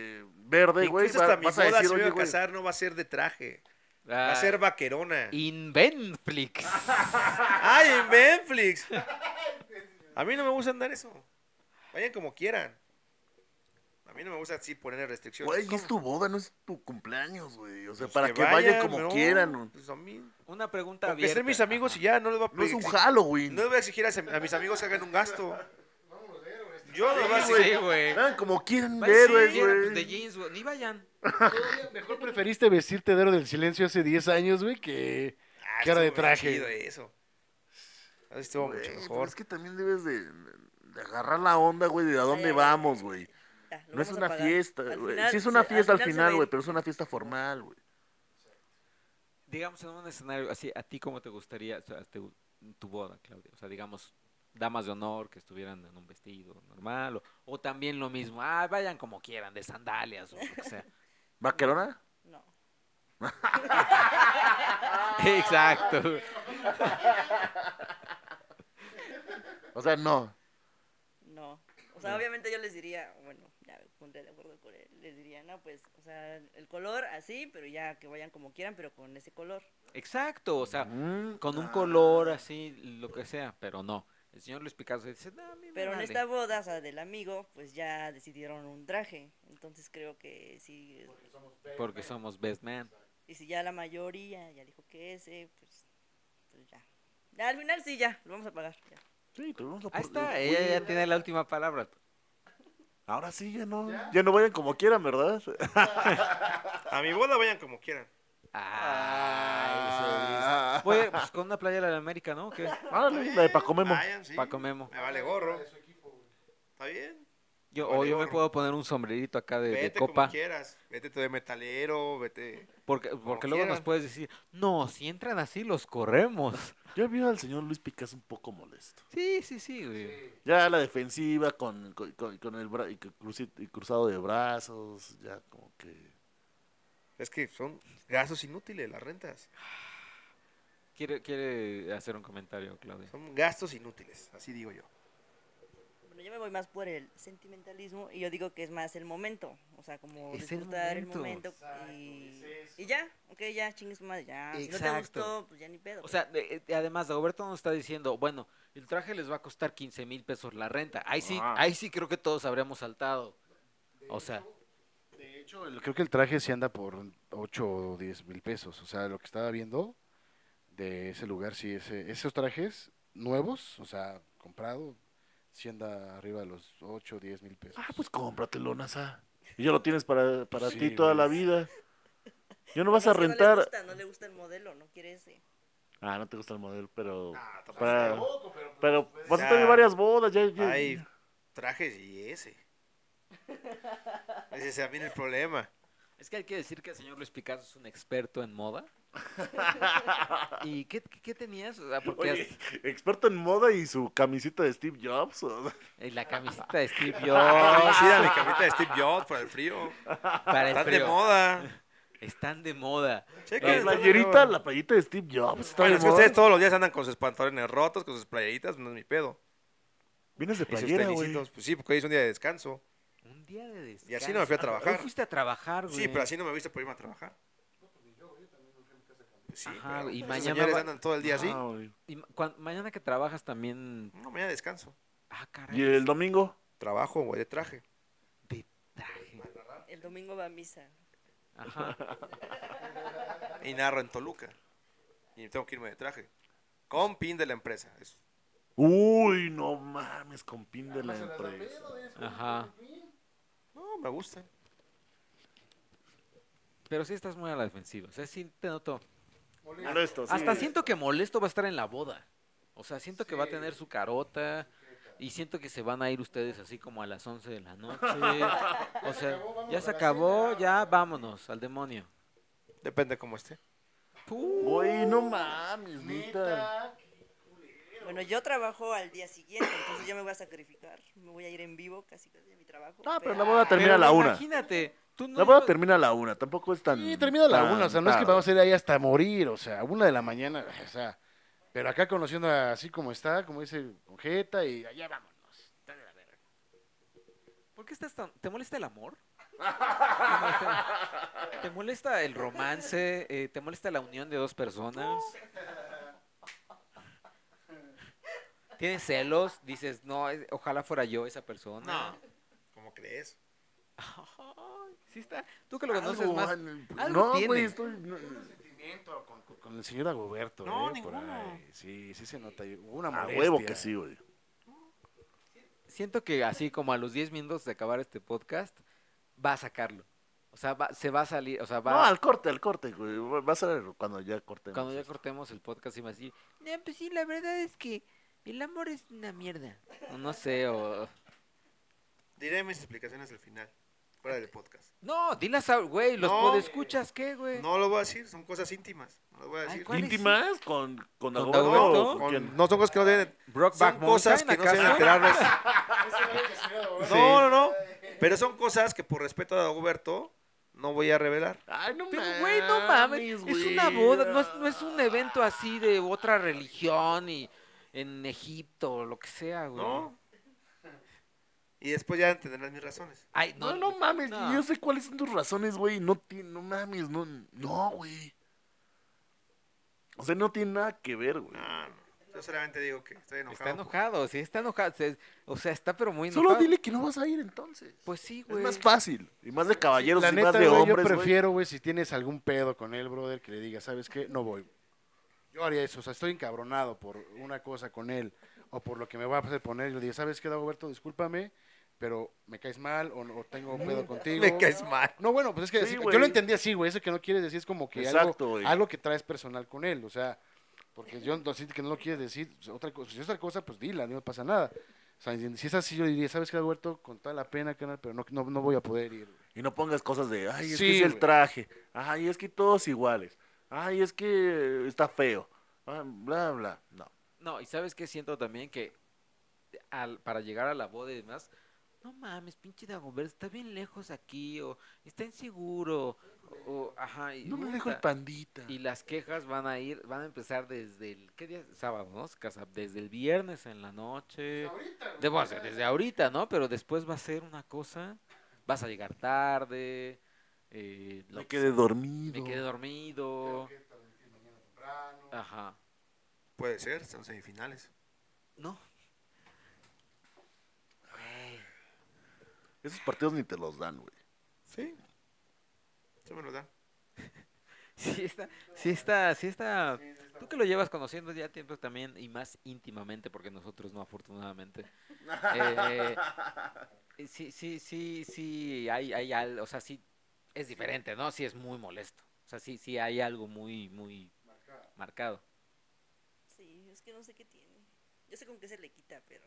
verde, güey, Incluso va- hasta mi vas a boda, decir, si me oye, voy a güey, casar, no va a ser de traje. Va Ah, a ser vaquerona. Invenflix. ¡Ay, en Netflix! A mí no me gusta andar eso. Vayan como quieran. A mí no me gusta así poner restricciones. güey, es tu boda, no es tu cumpleaños, güey. O sea, Pues para que, vayan como no, quieran. Pues a mí. Una pregunta Con que abierta. estén mis amigos Ajá. y ya, no les voy a No es un exigir- Halloween. No les voy a exigir a, a mis amigos que hagan un gasto. Yo no les voy a Sí, exigir. güey. Hagan como quieran Va, ver, sí, güey, quieren, pues, güey. de jeans, güey. Ni vayan. Mejor preferiste vestirte de héroe del silencio hace diez años, güey, que, Ah, que era de estuvo bien traje. chido eso. Así estuvo Güey, mucho pero mejor. es que también debes de, de agarrar la onda, güey, de a dónde Ay, ay, vamos, güey. Ya, lo No es vamos a una pagar. fiesta, Al güey. final Sí es una se- fiesta al se va final, a güey, ir. pero es una fiesta formal, güey. Digamos, en un escenario así, ¿a ti cómo te gustaría o sea, te- tu boda, Claudia? O sea, digamos, damas de honor que estuvieran en un vestido normal, o, o también lo mismo, ah, vayan como quieran, de sandalias o lo que sea. ¿Vaquerona? No. Exacto. O sea, no. No. O sea, obviamente yo les diría, bueno, ya me pondré de acuerdo con él. Les diría, no, pues, o sea, el color así, pero ya que vayan como quieran, pero con ese color. Exacto, o sea, Mm, con un ah. color así, lo que sea, pero no. El señor Luis Picasso dice, no, a mí me Pero en vale". esta boda, o sea, del amigo, pues ya decidieron un traje. Entonces creo que sí. Porque somos best man. Y si ya la mayoría ya dijo que ese, pues, pues ya. Ya al final sí, ya, lo vamos a pagar. Ya. Sí, te vamos a Ahí por- está, ella ya tiene la última palabra. Ahora sí, ya no. Ya no vayan como quieran, ¿verdad? A mi boda vayan como quieran. Ay, pues, pues con una playera de la América, ¿no? ¿Qué? Árale, la de Paco Memo. Vayan, sí. Paco Memo. Me vale gorro. ¿Está bien? Yo, Vale, o yo me gorro. puedo poner un sombrerito acá de, de Vete copa. como quieras. Vete tú de metalero, vete. Porque, porque luego nos quieran. puedes decir, no, si entran así los corremos. Yo vi al señor Luis Picasso un poco molesto. Sí, sí, sí, güey. Ya la defensiva con, con, con- con el bra- y que cruci- y cruzado de brazos, ya como que... Es que son gastos inútiles las rentas. ¿Quiere, quiere hacer un comentario, Claudia? Son gastos inútiles, así digo yo. Bueno, yo me voy más por el sentimentalismo y yo digo que es más el momento. O sea, como Es el disfrutar el momento. momento. y, y ya, ok, ya, chingues tu madre, ya. Si no te Exacto. gustó, pues ya ni pedo. O sea, de- de- además, Roberto nos está diciendo, bueno, el traje les va a costar quince mil pesos la renta. Ahí sí, Ah. ahí sí creo que todos habríamos saltado. O sea, De hecho, el- creo que el traje se anda por ocho o diez mil pesos. O sea, lo que estaba viendo de ese lugar, sí, ese, esos trajes nuevos, o sea, comprado, sí anda arriba de los ocho o diez mil pesos. Ah, pues cómpratelo, Nasa. Y ya lo tienes para, para Sí, ti toda güey. la vida. Ya no Pero vas a es que No le, rentar... gusta, no le gusta el modelo, no quiere ese. Ah, no te gusta el modelo, pero... Ah, tampoco. para- Pero vas a Ya. tener varias bodas, ya... ya- Hay trajes y ese. Ese es también el problema. es que hay que decir que el señor Luis Picasso es un experto en moda. ¿Y qué, qué, qué tenías? O sea, porque Oye, experto en moda y su camisita de Steve Jobs. ¿o? has- en la camiseta de Steve Sí, Jobs era mi camita de Steve Jobs para el frío. para el Están de frío. moda. Están de moda. Chequen, La están de playerita, moda. la playita de Steve Jobs. Está Bueno, de es que moda. ustedes todos los días andan con sus pantalones rotos, con sus playeritas, no es mi pedo. Vienes de Y sus playera, güey. tenisitos. Pues sí, porque hoy es un día de descanso. Un día de descanso. Y así no me fui a trabajar. Hoy fuiste a trabajar, güey. Sí, pero así no me viste por irme a trabajar. Pues sí, Ajá, pero y esos mañana señores va- andan todo el día así. Ah, güey. Y ma- cuan- mañana que trabajas también... No, mañana descanso. Ah, caray. ¿Y el domingo? Trabajo, güey, de traje. De traje. El domingo va a misa. Ajá. Y narro en Toluca. Y tengo que irme de traje. Con pin de la empresa. Es- Uy, no mames, con pin de la empresa. Ajá. No, me gusta. Pero sí estás muy a la defensiva. O sea, sí te noto. Molesto, sí. Hasta siento que molesto va a estar en la boda. O sea, siento que va a tener su carota. Y siento que se van a ir ustedes así como a las once de la noche. O sea, ya se acabó, ya vámonos al demonio. Depende cómo esté. Güey, no mames, neta. Bueno, yo trabajo al día siguiente, entonces yo me voy a sacrificar. Me voy a ir en vivo casi casi a mi trabajo. Ah, pero la boda termina a Pero la una. imagínate, tú no La boda ibas- termina a la una, tampoco es tan... Sí, termina a la tan una, o sea, no es que tarde. vamos a ir ahí hasta morir, o sea, una de la mañana, o sea, pero acá conociendo así como está, como dice, con jeta y allá vámonos. Está de la verga. ¿Por qué estás tan... ¿Te molesta el amor? ¿Te molesta el romance? Eh, ¿Te molesta la unión de dos personas? ¿Tienes celos? Dices, no, es- ojalá fuera yo esa persona. No. ¿Cómo crees? Ay, sí está. Tú que lo conoces Algo, más. an- algo no, tiene. güey, estoy... no, sentimiento con, con- con el señor Agoberto, No, eh, por ninguno. ahí. Sí, sí se nota. Hubo una A molestia. huevo que sí, güey. Siento que así como a los diez minutos de acabar este podcast, va a sacarlo. O sea, va- se va a salir, o sea, va No, al corte, al corte, güey. Va a ser cuando ya cortemos. cuando ya esto. cortemos el podcast y va a decir, no, pues sí, la verdad es que el amor es una mierda. O no sé, o... Diré mis explicaciones al final, fuera del podcast. No, dilas, a- güey, los No. podescuchas, ¿qué, güey? No lo voy a decir, son cosas íntimas. No lo voy a Ay, decir. ¿cuál es? ¿Íntimas? ¿Con, con, ¿Con Dagoberto Dagoberto? o con Con- quién? no son cosas que no deben. Brokeback Son cosas Mountain, que no se deben ¿acaso? enterarles. No, no, no. Pero son cosas que por respeto a Dagoberto no voy a revelar. Ay, no Pero, güey, no mames, es güey. una boda, no es, no es un evento así de otra religión y en Egipto o lo que sea, güey. No. Y después ya entenderás mis razones. Ay, No, no, no, mames, no. yo sé cuáles son tus razones, güey. No, ti- no mames, no, no, güey. O sea, no tiene nada que ver, güey. No, no. Yo solamente digo que estoy enojado. Está enojado, sí, está enojado. se- O sea, está pero muy Solo enojado. dile que no vas a ir entonces. Pues sí, Es güey. más fácil. Y más de caballeros La y neta, más de güey, hombres, yo güey. prefiero, güey, si tienes algún pedo con él, brother, que le digas, ¿sabes qué? No voy. Yo haría eso, o sea, estoy encabronado por una cosa con él o por lo que me va a hacer poner. Y le digo, ¿sabes qué, Dagoberto? Discúlpame, pero me caes mal o, o tengo un pedo contigo. Me caes mal. No, bueno, pues es que Sí, sí, güey. yo lo entendí así, güey. Eso que no quieres decir es como que Exacto, algo, güey. algo que traes personal con él, o sea, porque yo no sé que no lo quieres decir, pues, otra cosa, si es otra cosa, pues dila, no pasa nada. O sea, si es así, yo diría, ¿sabes qué, Dagoberto? Con toda la pena, carnal, pero no, no, no voy a poder ir, güey. Y no pongas cosas de, ay, es Sí, que es el güey. traje. Ay, es que todos iguales. Ay, es que está feo. Ah, bla, bla. No. No, y ¿sabes qué? Siento también que al, para llegar a la boda y demás, no mames, pinche Dagoberto, está bien lejos aquí, o está inseguro, o, o- ajá. Y, No me dejo el puta, pandita. y las quejas van a ir, van a empezar desde el, ¿qué día? Sábado, ¿no? Casa- Desde el viernes en la noche. De, bueno, o sea, desde ahorita, ¿no? Pero después va a ser una cosa, vas a llegar tarde, eh, lo Me que quedé sea, dormido. me quedé dormido. Ajá. Puede ser, son semifinales. No. Güey. Esos partidos ni te los dan, güey. Sí. Eso me lo dan. Sí está, sí está, sí está. Tú que lo llevas conociendo ya tiempo también y más íntimamente, porque nosotros no, afortunadamente. Eh, sí, sí, sí, sí, hay, hay algo, o sea, sí, es diferente, ¿no? Sí es muy molesto. O sea, sí, sí hay algo muy, muy marcado. Sí, es que no sé qué tiene. Yo sé con qué se le quita, pero...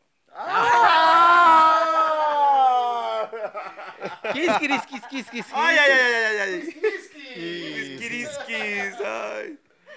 Kiss, kiss, kiss, kiss, kiss. ¡Ay, ay, ay, ay, ay! ay. Kiskiriskis, ay.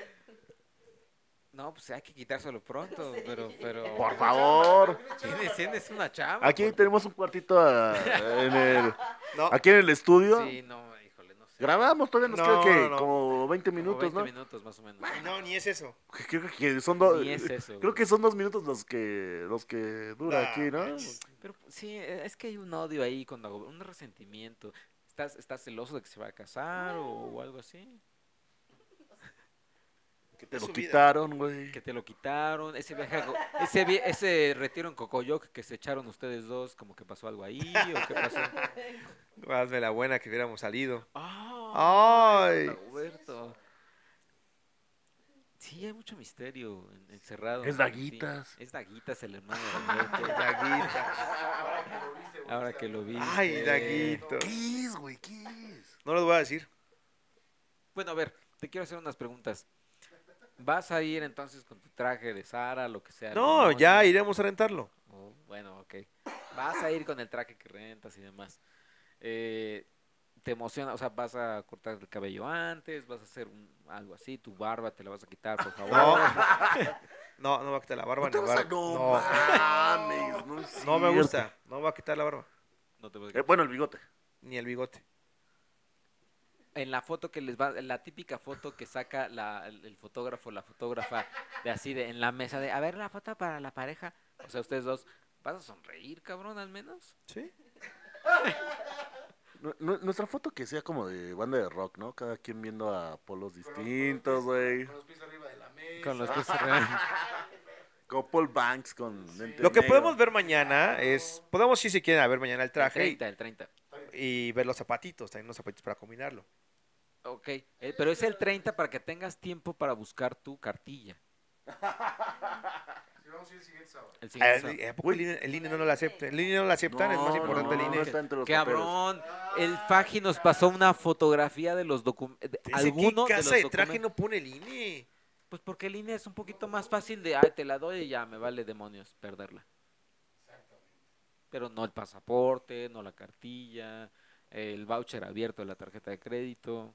No, pues hay que quitárselo pronto, pero, pero. Por favor. Tienes, tienes una chamba. Aquí porque- tenemos un cuartito ah, en el, No, aquí en el estudio. Sí, no, híjole, no sé. Grabamos, todavía nos No, queda que no, no. como veinte Como minutos, veinte ¿no? minutos más o menos. no, ni es eso. Creo que son dos. Ni es eso, Creo güey. que son dos minutos los que los que dura Nah, aquí, ¿no? manches. Pero sí, eh, es que hay un odio ahí, con Dago- un resentimiento. ¿Estás, estás celoso de que se va a casar o, o algo así? Que te Es lo su vida. quitaron, güey. Que te lo quitaron, ese viaje, a Co- ese, vi- ese retiro en Cocoyoc que se echaron ustedes dos, como que pasó algo ahí o qué pasó. Hazme la buena que hubiéramos salido. Ah, Ay. Roberto. Sí, hay mucho misterio en- encerrado. Es ¿no? Daguitas. Sí, es Daguitas el hermano de Roberto. Ahora que lo vi. Ay, Daguito. ¿Qué es, güey? ¿Qué es? No los voy a decir. Bueno, a ver, te quiero hacer unas preguntas. ¿Vas a ir entonces con tu traje de Sara, lo que sea? el No, demonio? ya iremos a rentarlo. Oh, bueno, ok. Vas a ir con el traje que rentas y demás. Eh, ¿Te emociona? O sea, ¿vas a cortar el cabello antes? ¿Vas a hacer un- algo así? ¿Tu barba te la vas a quitar, por favor? No. No, no me va a quitar la barba No te ni vas a... barba. No, No, mames, no es no me cierto. gusta. No me va a quitar la barba. No te vas a Eh, quitar. bueno, el bigote. Ni el bigote. En la foto que les va, la típica foto que saca la, el, el fotógrafo, la fotógrafa, de así de en la mesa de, a ver la foto para la pareja. O sea, ustedes dos, ¿vas a sonreír, cabrón, al menos? Sí. Nu- nu- Nuestra foto que sea como de banda de rock, ¿no? Cada quien viendo a polos distintos, güey. Con los pies arriba de la mesa. Con los pies arriba. Como Paul Banks con lente Lo que negro. podemos ver mañana es, podemos ir si quieren a ver mañana el El traje treinta, el treinta. y, y ver los zapatitos, también unos zapatitos para combinarlo. Ok, eh, pero es el treinta para que tengas tiempo para buscar tu cartilla. Sí, vamos a ir el siguiente sábado. El Ah, siguiente el, sábado. ¿a poco el INE, el INE no lo acepta? El INE no lo aceptan, es más No, importante no, el no, INE. no está entre los papeles. Cabrón, el Faji nos pasó una fotografía de los documentos. ¿Desde Alguno qué de casa los de traje documentos. no pone el INE? Pues porque el INE es un poquito más fácil de, ay, te la doy y ya, me vale demonios perderla. Pero no el pasaporte, no la cartilla, el voucher abierto de la tarjeta de crédito.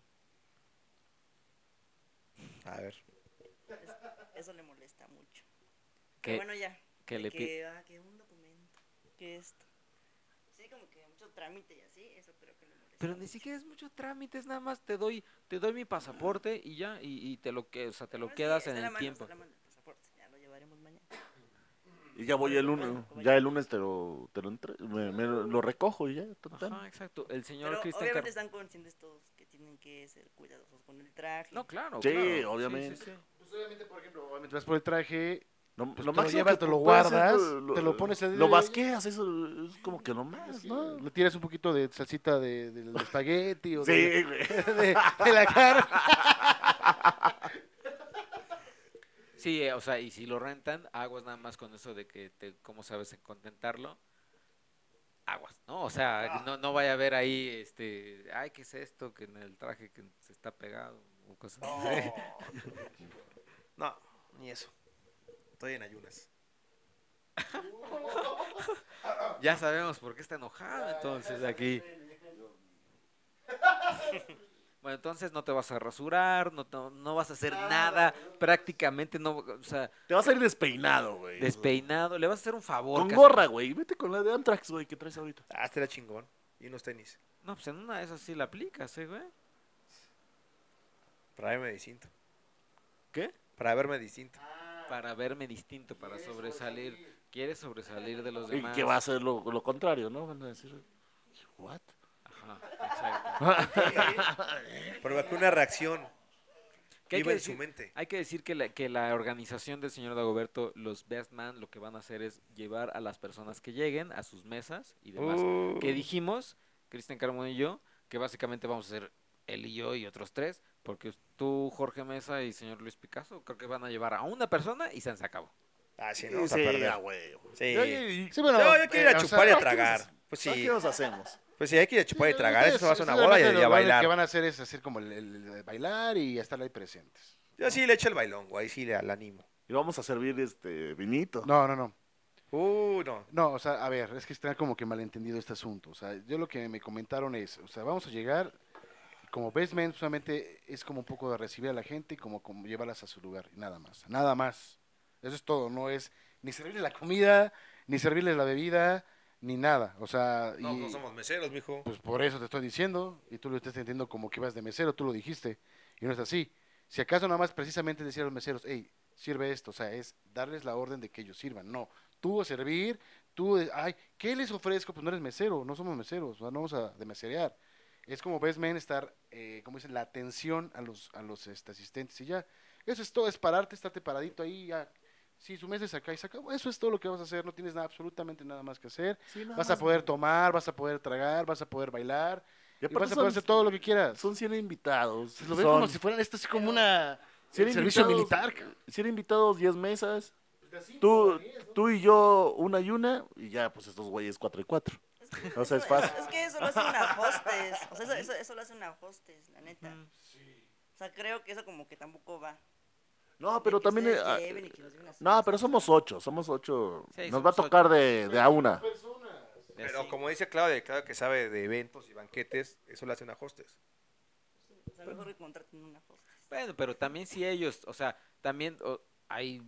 A ver. Eso le molesta mucho. Que, Pero bueno, ya. que de le pi- que, ah, que un documento, que esto. Sí, como que mucho trámite y así, eso creo que le molesta. Pero ni mucho. siquiera es mucho trámite, es nada más te doy, te doy mi pasaporte y ya, y, y te lo que, o sea, te lo Bueno, sí, quedas está en la el mano, tiempo. está la mano el pasaporte, ya lo llevaremos mañana. Y ya voy el lunes, Como ya ya. el lunes te lo, te lo, entre- me, me lo lo recojo y ya, total. Ajá, exacto. El señor Pero Cristian obviamente Car- están conscientes todos que tienen que ser cuidadosos con el traje. No, claro, Sí, claro. obviamente. sí, sí. Pues obviamente, por ejemplo, obviamente vas por el traje, Lo, Pues lo te lo máximo llevas, que te lo puedes hacer, guardas, te lo pones al Lo dedo y- vasqueas, eso es como que lo más, ¿no? le tiras un poquito de salsita de, del espagueti o de, Sí, güey. de- de la carne. Sí, eh, o sea, y si lo rentan, aguas nada más con eso de que, te, ¿cómo sabes en contentarlo? Aguas, ¿no? O sea, no, no vaya a haber ahí, este, ay, ¿qué es esto? Que en el traje que se está pegado o cosas así. No, ni eso. Estoy en ayunas. Ya sabemos por qué está enojado, entonces, aquí. Bueno, entonces no te vas a rasurar, no, no, no vas a hacer nada, prácticamente no, o sea, Te vas a ir despeinado, güey. despeinado, le vas a hacer un favor. Con casi. gorra, güey. Vete con la de Antrax, güey, que traes ahorita. Ah, este era chingón. Y unos tenis. No, pues en una de esas sí la aplicas, ¿eh, güey? Para verme distinto. ¿Qué? Para verme distinto. Para verme distinto, para sobresalir. ¿Quieres sobresalir de los Y demás? que va a ser lo, lo contrario, ¿no? Van a decir, ¿what? Ajá, exacto. Provoqué una reacción. ¿Qué hay Viva que en su decir? mente. Hay que decir que la, que la organización del señor Dagoberto, los Best Man, lo que van a hacer es llevar a las personas que lleguen a sus mesas y demás. Uh, Que dijimos, Cristian Carmona y yo, que básicamente vamos a ser él y yo y otros tres, porque tú, Jorge Mesa y señor Luis Picasso, creo que van a llevar a una persona y se han acabado. Ah, sí, no vamos Sí, a perder. a huevo. Sí. Yo- yo- Sí, bueno, No, yo quiero ir a eh, o chupar y sea, a tragar. Pues ¿sabes sí, ¿Qué nos hacemos? pues sí, hay que ir a chupar y tragar. ustedes- Eso va a ser una ustedes boda y, realmente y a lo van- bailar. Lo que van a hacer es hacer como el, el- el bailar y estar ahí presentes. Yo sí le echo el bailón, güey. Sí le, le animo. Y vamos a servir este vinito. No, no, no. Uh, no. No, o sea, a ver, es que está como que malentendido este asunto. O sea, yo lo que me comentaron es, o sea, vamos a llegar, como basement, solamente es como un poco de recibir a la gente y como, como llevarlas a su lugar, y nada más, nada más. Eso es todo, no es ni servirles la comida, ni servirles la bebida, ni nada. O sea, No, y, no somos meseros, mijo. pues por eso te estoy diciendo, y tú lo estás entendiendo como que vas de mesero, tú lo dijiste, y no es así. Si acaso nada más precisamente decir a los meseros, hey, sirve esto, o sea, es darles la orden de que ellos sirvan. No, tú a servir, tú, de, ay, ¿qué les ofrezco? Pues no eres mesero, no somos meseros, o sea, no vamos a de meserear. Es como ves, men, estar, eh, como dicen, la atención a los, a los este, asistentes y ya. Eso es todo, es pararte, estarte paradito ahí, ya. Si su mesa es acá y se acabó, eso es todo lo que vas a hacer, no tienes nada, absolutamente nada más que hacer. Sí, nada Vas a más. poder tomar, vas a poder tragar, vas a poder bailar, Y y aparte vas a son- poder hacer todo lo que quieras. Son cien invitados. Lo ven son como si fueran, esto es como una cien servicio invitados, militar. cien invitados, diez mesas. Tú, tú y yo una y una, y ya, pues estos güeyes cuatro y cuatro. Es que, O sea, es eso- fácil. Es, es que eso lo hace una hostess. O sea, eso, eso, eso lo hace una hostess, la neta. O sea, creo que eso como que tampoco va. No, pero Que también... ustedes eh, ah, lleven y que nos lleven a su no, mesa. pero somos ocho, somos ocho. Sí, Nos va a somos tocar de, de a una. Pero Sí. como dice Claudia, claro que sabe de eventos y banquetes, eso lo hace una hostess. O sea, mejor que contraten una hostess. Bueno, pero también si ellos, o sea, también o, hay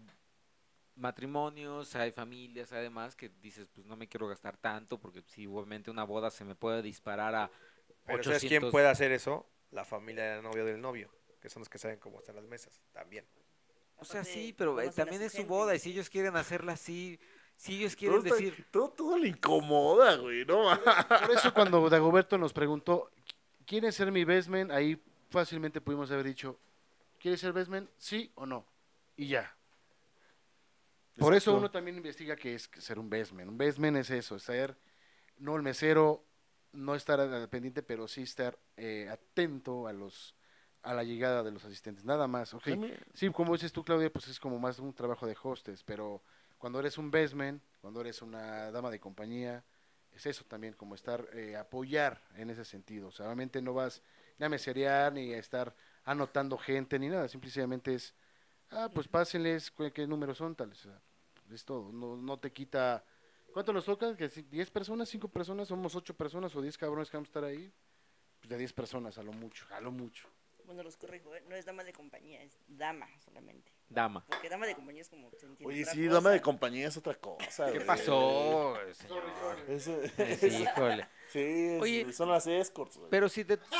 matrimonios, hay familias, además, que dices, pues no me quiero gastar tanto, porque si obviamente una boda se me puede disparar a Pero ¿sabes quién ochocientos. puede hacer eso? La familia del novio del novio, que son los que saben cómo están las mesas, también. O sea, Aparte, sí, pero eh, conocen a también su es su gente. boda, y si ellos quieren hacerla así, Si ellos Todo, quieren está- decir, todo, todo le incomoda, güey, ¿no? Por eso cuando Dagoberto nos preguntó, ¿quieres ser mi best man? Ahí fácilmente pudimos haber dicho, ¿quieres ser best man? ¿Sí o no? Y ya. Por eso Exacto. uno también investiga qué es ser un best man. Un best man es eso, ser no el mesero, no estar al pendiente, pero sí estar eh, atento a los a la llegada de los asistentes, nada más. Ok, A mí- sí, como dices tú, Claudia, pues es como más un trabajo de hostes, pero cuando eres un best man, cuando eres una dama de compañía, es eso también, como estar, eh, apoyar en ese sentido. O sea, obviamente no vas ni a meserear, ni a estar anotando gente, ni nada, simplemente es, ah, pues pásenles cu- qué números son, tales. O sea, es todo, no, no te quita. ¿Cuánto nos toca? ¿Que si diez personas, cinco personas, somos ocho personas o diez cabrones que vamos a estar ahí? Pues de diez personas, a lo mucho, a lo mucho. Bueno, los corrijo, ¿eh? No es dama de compañía, es dama solamente. dama. Porque dama de compañía es como se entiende Oye, otra sí, cosa. dama de compañía es otra cosa, ¿Qué güey. pasó, señor? Eso- Sí, híjole. sí, es- Oye, son las escorts, güey. Pero si te... si-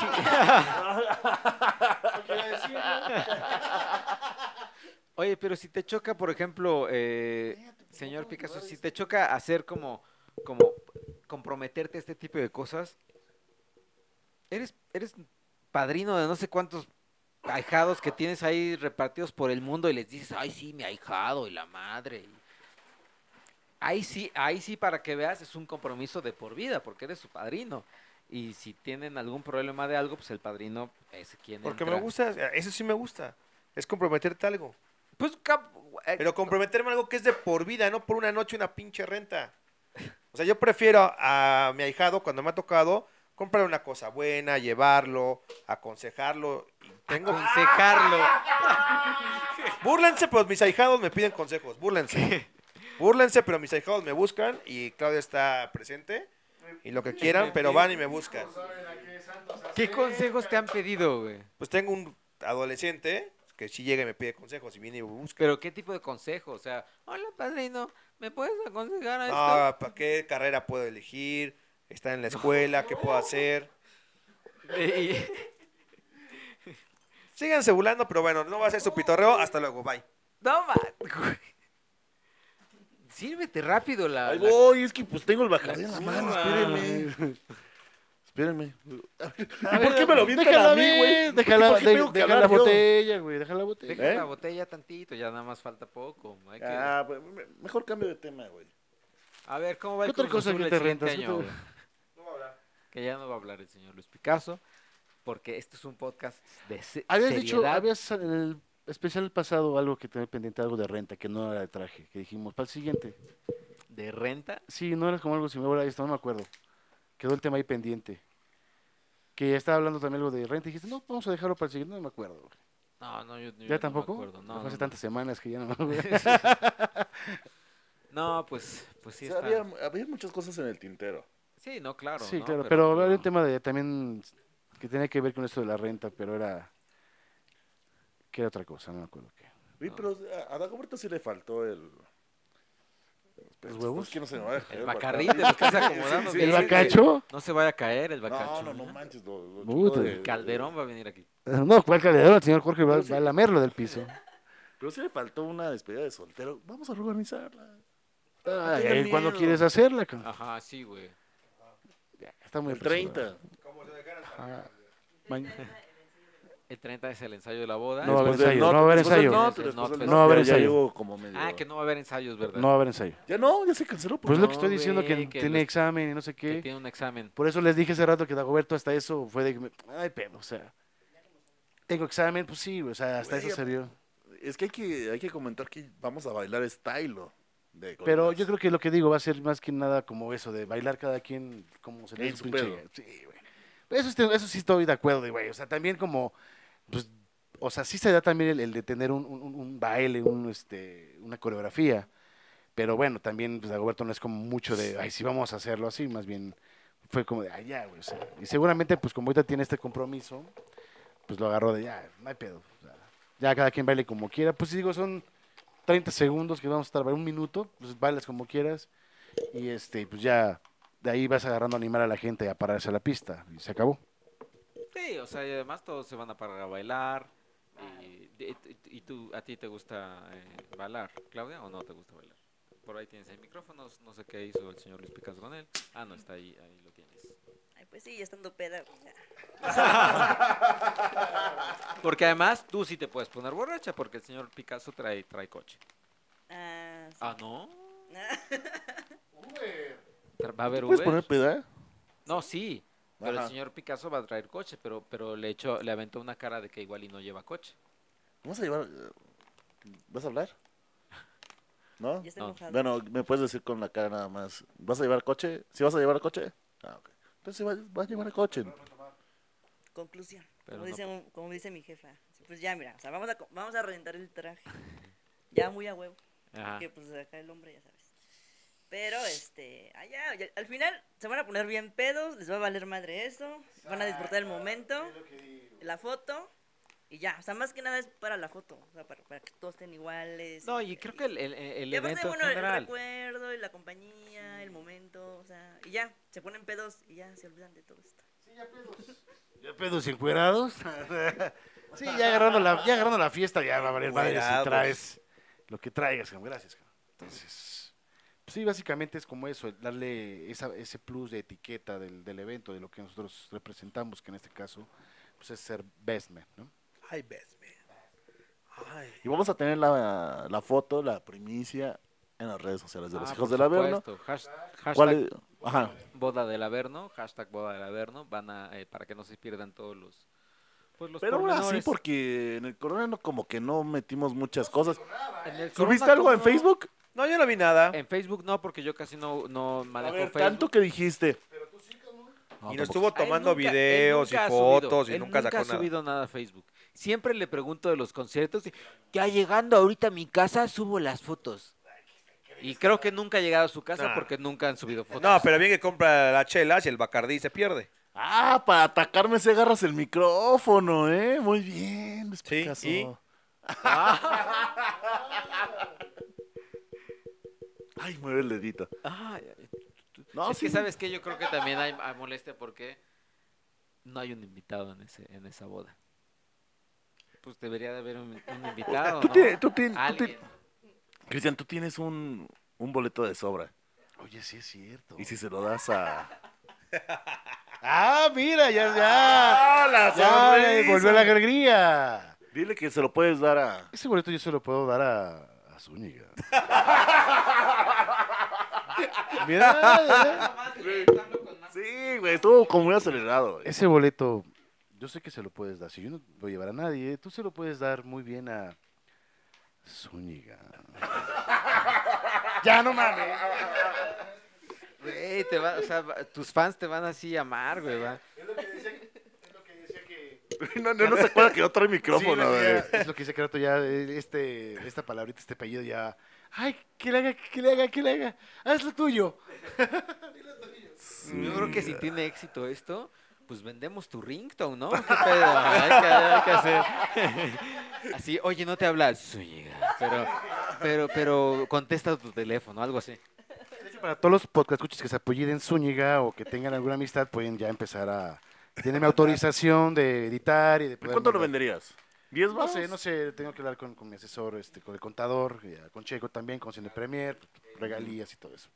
Oye, pero si te choca, por ejemplo, eh, señor Picasso, si te choca hacer como, como comprometerte a este tipo de cosas, eres, eres padrino de no sé cuántos ahijados que tienes ahí repartidos por el mundo y les dices, ay, sí, mi ahijado y la madre. y- Ahí sí, ahí sí, para que veas, es un compromiso de por vida, porque eres su padrino. Y si tienen algún problema de algo, pues el padrino es quien Porque entra. me gusta, eso sí me gusta. Es comprometerte a algo. Pues, cap- eh, Pero comprometerme a algo que es de por vida, no por una noche una pinche renta. O sea, yo prefiero a mi ahijado, cuando me ha tocado, comprar una cosa buena, llevarlo, aconsejarlo. Y tengo... aconsejarlo. Búrlense, pero mis ahijados me piden consejos. Búrlense. Búrlense, pero mis ahijados me buscan y Claudia está presente. Y lo que quieran, pero van y me buscan. ¿Qué consejos te han pedido, güey? Pues tengo un adolescente que sí llega y me pide consejos y viene y me busca. ¿Pero qué tipo de consejos? O sea, hola, padrino, ¿me puedes aconsejar a esto? No, ¿para qué carrera puedo elegir? ¿Está en la escuela? ¿Qué puedo hacer? Y- Síganse burlando, pero bueno, no va a ser su pitorreo. Hasta luego, bye. No, ma- güey. Sírvete rápido la... Ahí la- voy, es que pues tengo el bacardí en la cuba. mano, espérenme. Espérenme. A ¿Por qué me lo avientan déjala a mí, güey? ver, Déjala, ¿Por qué de- tengo que deja la hablar yo? botella, güey, deja la botella. Deja ¿Eh? la botella tantito, ya nada más falta poco. hay que- Ah, pues, me- mejor cambio de tema, güey. A ver, ¿cómo va ¿Qué el otra Cruz cosa Azul que el te siguiente rentas? ¿Qué año, te- güey? Que ya no va a hablar el señor Luis Picasso, porque este es un podcast de se- Habías dicho, seriedad. habías en el especial pasado algo que tenía pendiente, algo de renta, que no era de traje, que dijimos, para el siguiente. de renta. Sí, no era como algo similar a esto, no me acuerdo. Quedó el tema ahí pendiente. Que estaba hablando también algo de renta y dijiste, no, vamos a dejarlo para el siguiente, no me acuerdo. güey. No, no, yo, yo ¿Ya no tampoco? me acuerdo. No, Fue no, hace no. tantas semanas que ya no me acuerdo. No, pues, pues sí O sea, está. había, había muchas cosas en el tintero. Sí, no, claro. Sí, ¿no? claro, pero no. había un tema de también que tenía que ver con esto de la renta, pero era... que era otra cosa, no me acuerdo qué. Oye, No. pero a, a Dagoberto sí le faltó el... ¿Los huevos? Es que no se me va a caer El Bacardí. Bacardi te lo estás acomodando Sí, sí, bien. ¿El sí. bacacho? No se vaya a caer el bacacho. No, no, no manches. Lo, lo Puta. chupo de- Calderón va a venir aquí. No, ¿cuál calderón? El señor Jorge va, Pero sí. va a lamerlo del piso. Pero sí le faltó una despedida de soltero. Vamos a reorganizarla. Ay, tengan eh, ¿Cuándo miedo. quieres hacerla? cabrón? Ajá, sí, güey. Ya, está muy El apresurado. treinta. Ah, ma- El treinta es el ensayo de la boda. No va a haber Después del ensayo, no va a haber después del ensayo. norte, después del No va a haber norte, ya ensayo. llegó como medio... Ah, que no va a haber ensayos, ¿verdad? No va a haber ensayo. Ya no, ya se canceló. Pues Pues lo que No, estoy diciendo que güey, que tiene los- examen y no sé Que qué. tiene un examen. Por eso les dije hace rato que Dagoberto hasta eso fue de... que me- Ay, pedo, o sea... Tengo examen, pues sí, güey, o sea, hasta Güey, eso se vio. es que hay que, hay que comentar que vamos a bailar stylo. De Pero Gorilas. yo creo que lo que digo va a ser más que nada como eso, de bailar cada quien como se le dé En su su pinche pedo. gana. Sí, güey. Eso, estoy- eso sí estoy de acuerdo, güey. O sea, también como, pues, o sea, sí se da también el, el de tener un, un- un baile, un, este, una coreografía. Pero bueno, también pues, Dagoberto no es como mucho de, ay, sí vamos a hacerlo así, más bien fue como de, ay, ya, güey. O sea, y seguramente, pues como ahorita tiene este compromiso, pues lo agarró de, ya, no hay pedo. O sea, ya cada quien baile como quiera. Pues sí, digo, son treinta segundos que vamos a estar, un minuto, pues bailas como quieras. Y este, pues ya de ahí vas agarrando a animar a la gente a pararse a la pista. Y se acabó. Sí, o sea, y además todos se van a parar a bailar. Y, y- y tú, ¿a ti te gusta eh, bailar, Claudia, o no te gusta bailar? por ahí tienes el micrófono, no sé qué hizo el señor Luis Picasso con él. Ah, no, está ahí, ahí lo tienes. Ay, pues sí, ya estando peda. pues ya. Porque además tú sí te puedes poner borracha porque el señor Picasso trae, trae coche. Ah, sí. Ah, ¿no? Uber. Tra- ¿Va a haber ¿Puedes Uber? poner peda? No, sí. Pero Ajá. el señor Picasso va a traer coche, pero, pero le echó, le aventó una cara de que igual y no lleva coche. ¿Vamos a llevar? ¿Vas a hablar? ¿No? Ya está No. enojado. Bueno, me puedes decir con la cara nada más. ¿Vas a llevar coche? ¿Sí vas a llevar coche? Ah, ok. Entonces va, va a llevar coche. Conclusión. Pero Como, no dice, un- como dice mi jefa. Sí, pues ya, mira, o sea, vamos a, co- vamos a rentar el traje. Ya muy a huevo. Ajá. Que pues acá el hombre, ya sabes. Pero, este, allá, ya- al final se van a poner bien pedos, les va a valer madre eso, van a disfrutar el momento, la foto, y ya, o sea, más que nada es para la foto, o sea, para, para que todos estén iguales. No, y creo que el, el, el y aparte, evento en bueno, el general. recuerdo y la compañía, el momento, o sea, y ya, se ponen pedos y ya se olvidan de todo esto. Ya pedos y encuerados. Sí, ya agarrando la, ya agarrando la fiesta, ya va a valer madre si Encuerados. traes lo que traigas, cabrón. Gracias, cabrón. Entonces, pues sí, básicamente es como eso, el darle esa, ese plus de etiqueta del, del evento, de lo que nosotros representamos, que en este caso pues es ser best man, ¿no? Ay, best man. Ay. Y vamos a tener la, la foto, la primicia en las redes sociales de los Ah, hijos por del Averno. supuesto. Hash- ¿Cuál hashtag es? Ajá. boda del Averno, hashtag boda del Averno, van a, eh, para que no se pierdan todos los, pues, los Pero ahora sí, pormenores. porque en el corona no, como que no metimos muchas cosas. En el ¿Subiste Corona, algo en ¿cómo no? Facebook? No, yo no vi nada. En Facebook no, porque yo casi no, no A manejo ver, Facebook. tanto que dijiste. Y nos tampoco. estuvo Ah, él tomando nunca- él videos y nunca ha fotos subido, y él nunca sacó ha nada. subido nada a Facebook. Siempre le pregunto de los conciertos y ya llegando ahorita a mi casa subo las fotos. Y creo que nunca ha llegado a su casa Nah. porque nunca han subido fotos. No, pero bien que compra las chelas y el Bacardí se pierde. Ah, para atacarme se agarras el micrófono, ¿eh? Muy bien, Luis Sí, Picasso. ¿y? Ay, mueve el dedito. Ay, ay. No, es sí. que sabes que yo creo que también hay, hay molestia porque no hay un invitado en ese en esa boda. Pues debería de haber un, un invitado, Tú ¿no? tienes- tú tienes- tú Alguien. tienes- Cristian, tú tienes un, un boleto de sobra. Oye, sí es cierto. Y si se lo das a... Ah, mira, ya, ya. la Ya, sonrisa! volvió la alegría. Dile que se lo puedes dar a... Ese boleto yo se lo puedo dar a, a Zúñiga. Mira, Sí, güey, estuvo como muy acelerado. güey. ese boleto, yo sé que se lo puedes dar. Si yo no voy a llevar a nadie, tú se lo puedes dar muy bien a Zúñiga. Ya no mames. Güey, te va, o sea, va- tus fans te van así a amar, güey, va. Es lo que decía, es lo que, decía que... No, no, no se acuerda que no trae micrófono, Sí, güey. ya, es lo que dice Carato ya, eh, este, esta palabrita, este apellido ya. Ay, que le haga, que le haga, que le haga. Haz lo tuyo. Yo creo que si tiene éxito esto, pues vendemos tu ringtone, ¿no? ¿Qué pedo? Hay que, hay que hacer. Así, oye, no te hablas, Zúñiga, pero, pero, pero contesta tu teléfono, algo así. De hecho, para todos los podcast escuchas que se apelliden Zúñiga o que tengan alguna amistad, pueden ya empezar a... Tienen mi autorización de editar y de ¿Y poder... cuánto lo mandar. venderías? ¿Diez No más? sé, no sé, tengo que hablar con, con mi asesor, este, con el contador, ya, con Checo también, con Cine Premier, regalías y todo eso.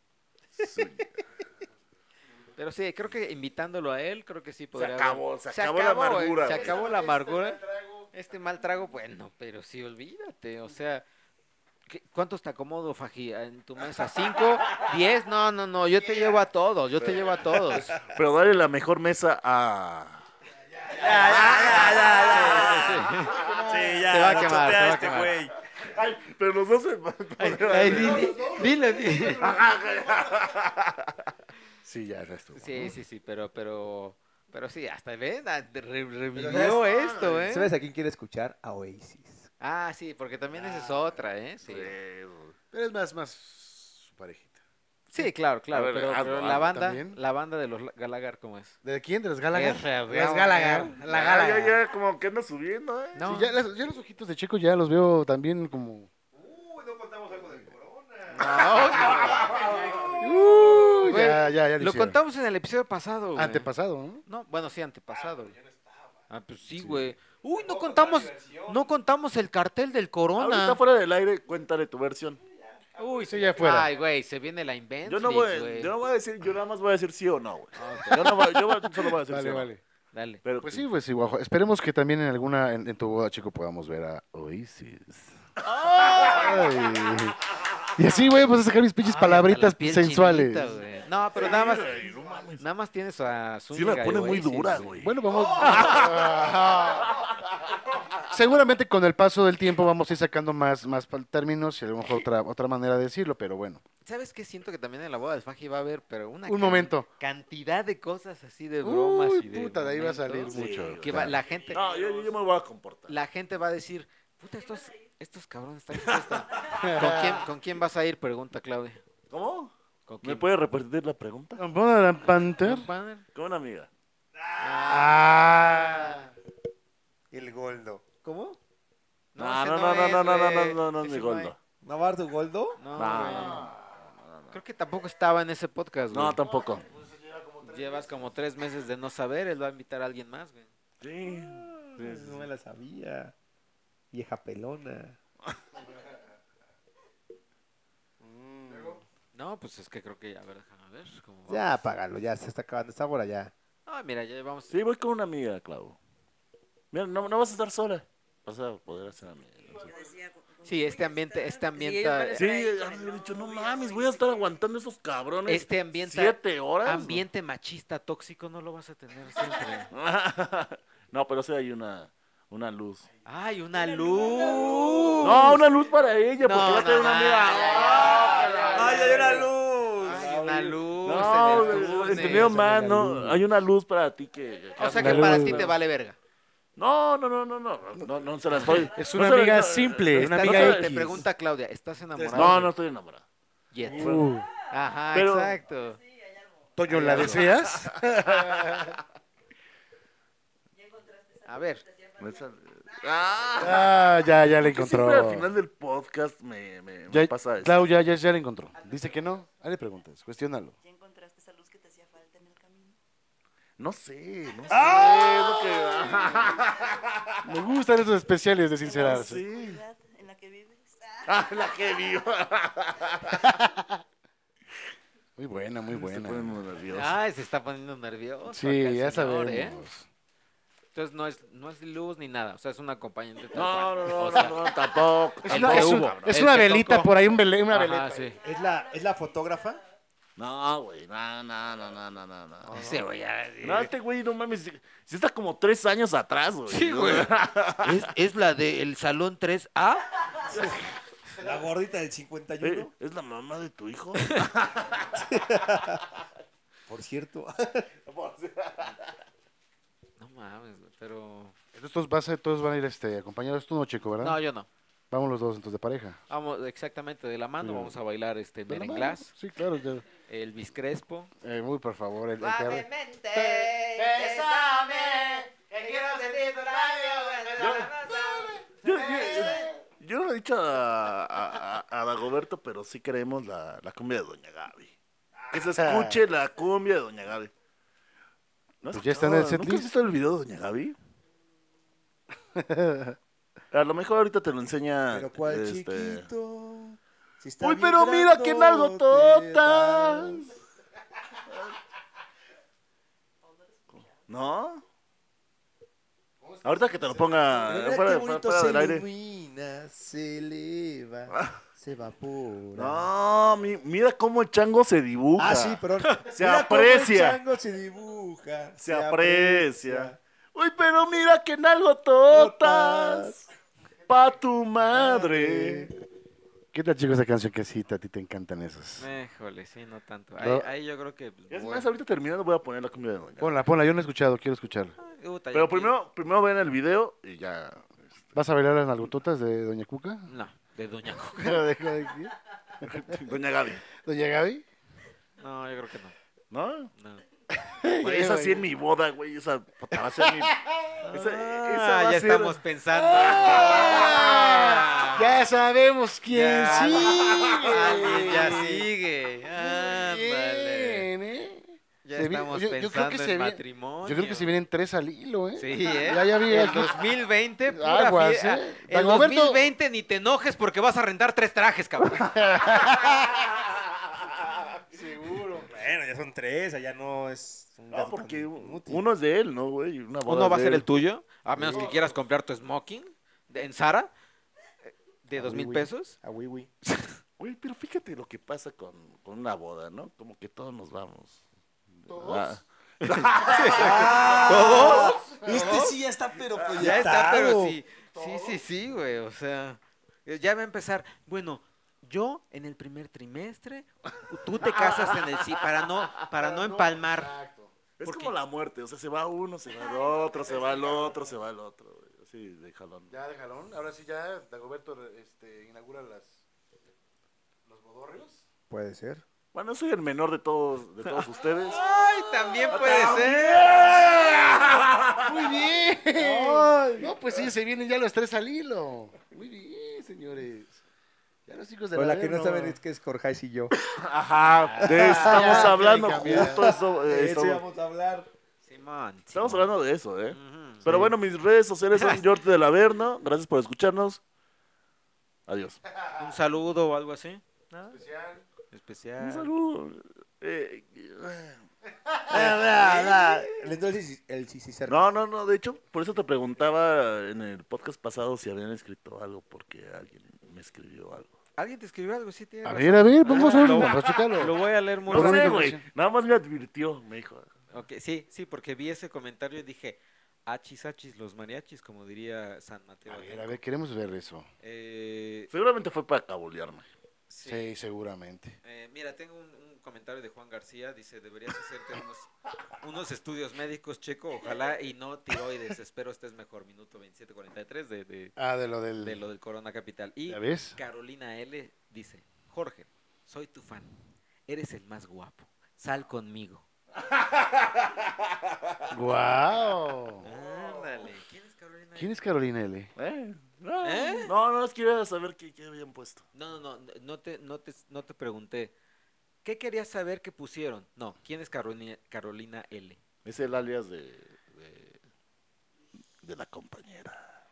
Pero sí, creo que invitándolo a él, creo que sí podría acabó, haber- se acabó la güey, amargura, Se güey. acabó la amargura. Este mal trago, bueno, pero sí, olvídate, o sea... ¿qué- ¿Cuántos te acomodo, Faji, en tu mesa? ¿Cinco? ¿Diez? No, no, no, yo te llevo a todos, yo te llevo a todos. Pero dale la mejor mesa a... Sí, ya, Se va a lo quemar, se va a choteaste, quemar. güey. Ay, pero los dos se... Ay, dile, dile, dile. Sí, ya, ya estuvo. Sí, sí, sí, pero, pero, pero sí, hasta ven, ah, re- revivió esto, ¿eh? ¿Sabes a quién quiere escuchar? A Oasis. Ah, sí, porque también esa es otra, ¿eh? Sí, Pero es más, más su parejita. sí, claro, claro, A ver, pero, hazlo, pero hazlo la banda, también. la banda de los Gallagher, ¿cómo es? ¿De quién? ¿De los Gallagher? Esa, Los veamos, Gallagher. veamos. La Ya, Gallagher. ya, ya, como que anda subiendo, ¿eh? No, Sí, ya, las- ya los ojitos de Checo ya los veo también como... Uy, no contamos algo del corona. Uh, Güey, ya, ya, ya lo hicieron. contamos en el episodio pasado, güey. Antepasado, ¿no? No, bueno, sí, antepasado. güey. Ah, pues sí, güey. Uy, no contamos, no contamos el cartel del Ahorita Corona. fuera del aire, cuéntale tu versión. Uy, eso ya fuera. Ay, güey, se viene la Invent. Yo no voy, yo no voy a decir, yo nada más voy a decir sí o no, güey. Yo, no voy- yo voy- solo voy a decir sí Vale, o no. vale. Dale. Pero Pues sí, pues sí, guajo. Esperemos que también en alguna, en, en tu boda, chico, podamos ver a Oasis. Ay. Y así, güey, pues a sacar mis pinches Ay, palabritas hasta la piel sensuales. chinita, güey. No, pero nada más, Ay, no mames. nada más tienes a Sí Zúñiga la y pone muy Oasis, dura, güey. Bueno, vamos. Seguramente con el paso del tiempo vamos a ir sacando más, más pal- términos y a lo mejor otra, otra manera de decirlo, pero bueno. ¿Sabes qué? Siento que también en la boda del Faji va a haber, pero una Un can- momento. cantidad de cosas así de bromas Uy, y de puta, de ahí va a salir momentos mucho. que va- la gente, No, yo, yo- yo me voy a comportar. la gente va a decir, puta, estos, estos cabrones están en fiesta. ¿Con quién, ¿Con quién vas a ir? Pregunta Claudia. ¿Cómo? ¿Con ¿Me quién? puede repetir la pregunta? ¿Van a Panther? Panel? Con una amiga. Ah. El Goldo. ¿Cómo? No, ese no, no, no, es, no, no, no, güey. no, no, no, es Ese mi no Goldo. hay. ¿No va a dar tu Goldo? No, No, güey. no, no. Creo que tampoco estaba en ese podcast, güey. No, tampoco. Llevas como tres meses de no saber, él va a invitar a alguien más, güey. Sí. Sí, sí, No me la sabía. Vieja pelona. No, pues es que creo que ya, a ver, déjame ver cómo va. Ya, apágalo, ya se está acabando esta hora ya. Ay, mira, ya llevamos. Sí, voy con una amiga, Clau. Mira, no, no vas a estar sola. Vas a poder hacer amiga. Yo decía, ¿con- con Sí, quién este voy a ambiente, estar? este Sí, ambiente, ellos van a Sí, estar ahí ya con me el- había dicho, no con mames, el- voy a estar aguantando esos cabrones. este ambiente, ¿Siete horas? ambiente machista tóxico no lo vas a tener siempre. No, pero sí hay una, una luz. Ay, una luz. No, una luz para ella, porque No, ya tengo no, una no, amiga. ¡Ay, hay una luz! Ay, una luz. No, en el túnel. entendido mal, no. Hay una luz para ti que. O sea La que para luz. ti te vale verga. No, no, no, no, no. No, no se la estoy. Es no una se la- amiga no, simple, una Estás- amiga no, te X. pregunta Claudia, ¿estás enamorado? No, no estoy enamorado. Yet. Uh, Ajá, Pero- exacto. Toño, ¿la deseas? A ver, Esa- Ah, Ah, ya, ya le que siempre al encontró. final del podcast me, me, me Ya, pasa eso. Clau, ya, ya, ya le encontró. Dice que no. Ahí le preguntas, cuestiónalo. ¿Ya encontraste esa luz que te hacía falta en el camino? No sé, no sé. ¡Ah! es lo que- Me gustan esos especiales de No sincerarse. sé. ¿Ciudad en la que vives? Ah, Ah, la que vio. Muy buena, muy Se buena. pone muy nervioso. ay, se está poniendo nervioso. acá Sí, el ya señor, ¿eh? sabemos. Entonces no es, no es luz ni nada, o sea, es un acompañante. tal No, cual. no, no, O sea, no, no, tampoco. Es El una, que es hubo, una- es el una que velita tocó. por ahí, un vele- una Ajá, veleta. sí. ¿Es la, ¿Es la fotógrafa? No, güey, no, no, no, no, no, no. No, Ese güey ya- no este güey, no mames, si, si está como tres años atrás, güey. Sí, güey. ¿Es, es la del salón tres A? ¿La gordita del cincuenta y Eh, uno? ¿Es la mamá de tu hijo? Por cierto. No mames, güey, pero... Entonces todos, vas a- todos van a ir este, acompañados. Tú no, chico, ¿verdad? No, yo no. Vamos los dos entonces de pareja. Vamos exactamente de la mano, Sí. vamos a bailar este ¿De la mano? merenglás, Sí, claro. ya. Elvis Crespo. Eh, muy por favor. El, el que abre- Yo, yo, yo no le he dicho a, a, a- a Dagoberto, pero sí queremos la, la cumbia de Doña Gaby. Que se escuche la cumbia de Doña Gaby. ¿No has Pues ya está en el escuchado- ¿Nunca has setlist. visto el video de Doña Gaby? A lo mejor ahorita te lo enseña. Pero cuál este, chiquito. Si está Uy, bien pero mira que nalgo grandote, totas. ¿No? Ahorita que te lo ponga Pero mira fuera, qué fuera- bonito fuera se del aire. ilumina, se eleva, se evapora. No, mi- mira cómo el chango se dibuja. Ah, sí, perdón. Se Mira cómo el aprecia. chango se dibuja. Se aprecia. Uy, pero mira que nalgo totas. Pa' tu madre. ¿Qué tal, chicos, esa canción que sí, a ti te encantan esas? Híjole, sí, no tanto. Ahí, No. ahí yo creo que... pues, Es voy- más, ahorita terminando voy a poner la cumbia de Doña. Ponla, ponla. Yo no he escuchado, quiero escucharla. Ay, puta, Pero ya- primero, primero ven el video y ya. ¿Vas a bailar las nalgototas de Doña Cuca? No, de Doña Coca. ¿De- de- de- Doña Gaby. ¿Doña Gaby? No, yo creo que no. ¿No? No. Güey, esa sí en mi boda, güey. Esa puta, va a ser mi. Esa, esa Ah, va a ya ser- estamos pensando. Ya sabemos quién Ya. sigue. Alguien ya sigue. Ándale. Bien, ¿eh? Ya ya Se vi- estamos yo- yo creo pensando que en se viene- matrimonio. Yo creo que se vienen tres al hilo, ¿eh? Sí, ¿eh? Ya, ya vi El aquí. dos mil veinte, pura Aguas, fie- ah, ¿eh? El Dagoberto- dos mil veinte ni te enojes porque vas a rentar tres trajes, cabrón. Seguro. Bueno, ya son tres, allá no es un No, gasto porque tan u- inútil. uno es de él, ¿no, güey? Una boda Uno va a de ser él. el tuyo, a menos que quieras comprar tu smoking de- en Zara eh, de Ah, dos oui, mil oui. pesos. Ah, oui, oui. Güey, pero fíjate lo que pasa con, con una boda, ¿no? Como que todos nos vamos. ¿Todos? Ah, ¿Todos? Este sí ya está, pero Ya proyectado. está, pero sí. Sí, sí, sí, güey. O sea, eh, ya va a empezar. Bueno, yo en el primer trimestre, tú te casas en el sí, para no, para no empalmar. Exacto. es ¿Por como qué? la muerte, o sea, se va uno, se va el otro, se va el otro, se va el otro, güey. Así de jalón. Ya de jalón. Ahora sí ya Dagoberto este, inaugura las, los bodorrios. Puede ser. Bueno, soy el menor de todos, de todos ustedes. Ay, también puede ser. Muy bien. No, pues sí, se vienen ya los tres al hilo. Muy bien, señores. Ya los hijos de O la la que no Averno. saben es que es Jorge y yo. Ajá, de eso estamos ya, hablando, tiene que cambiar. justo eso. eh, De eso estamos, íbamos a hablar. Simón. estamos Simón. hablando de eso, ¿eh? Ujú. Pero bueno, mis redes sociales son George del Averno. Gracias por escucharnos. Adiós. Un saludo o algo así. ¿Nada? Especial. Especial. Un saludo. Eh, eh, Le entró el sí- el sí, sí, sí, no, no, no. De hecho, por eso te preguntaba en el podcast pasado si habían escrito algo, porque alguien me escribió algo. ¿Alguien te escribió algo? Sí, tiene A razón. ver, a ver, vamos a Lo- vamos a checarlo. Lo voy a leer muy No Por sé, única güey. ocasión. Nada más me advirtió, me dijo. Ok, sí, sí, porque vi ese comentario y dije, achis, achis, los mariachis, como diría San Mateo. A ver, a ver, queremos ver eso. Eh, Seguramente fue para cabulearme. sí. Sí, seguramente. Eh, mira, tengo un, un comentario de Juan García, dice, deberías hacerte unos, unos estudios médicos, Checo, ojalá y no tiroides, espero estés mejor, minuto veintisiete cuarenta y tres de, de, Ah, de lo del... de lo del Corona Capital. Y ¿Ya ves? Carolina L. dice, Jorge, soy tu fan, eres el más guapo, sal conmigo. ¡Guau! Ándale, ¿quién es Carolina L? ¿Quién es Carolina L? ¿Eh? No, ¿Eh? no, no, es que iba a saber qué, qué habían puesto. No, no, no, no te, no te, no te pregunté. ¿Qué querías saber que pusieron? No, ¿quién es Carolina, Carolina L? Es el alias de, de, de la compañera.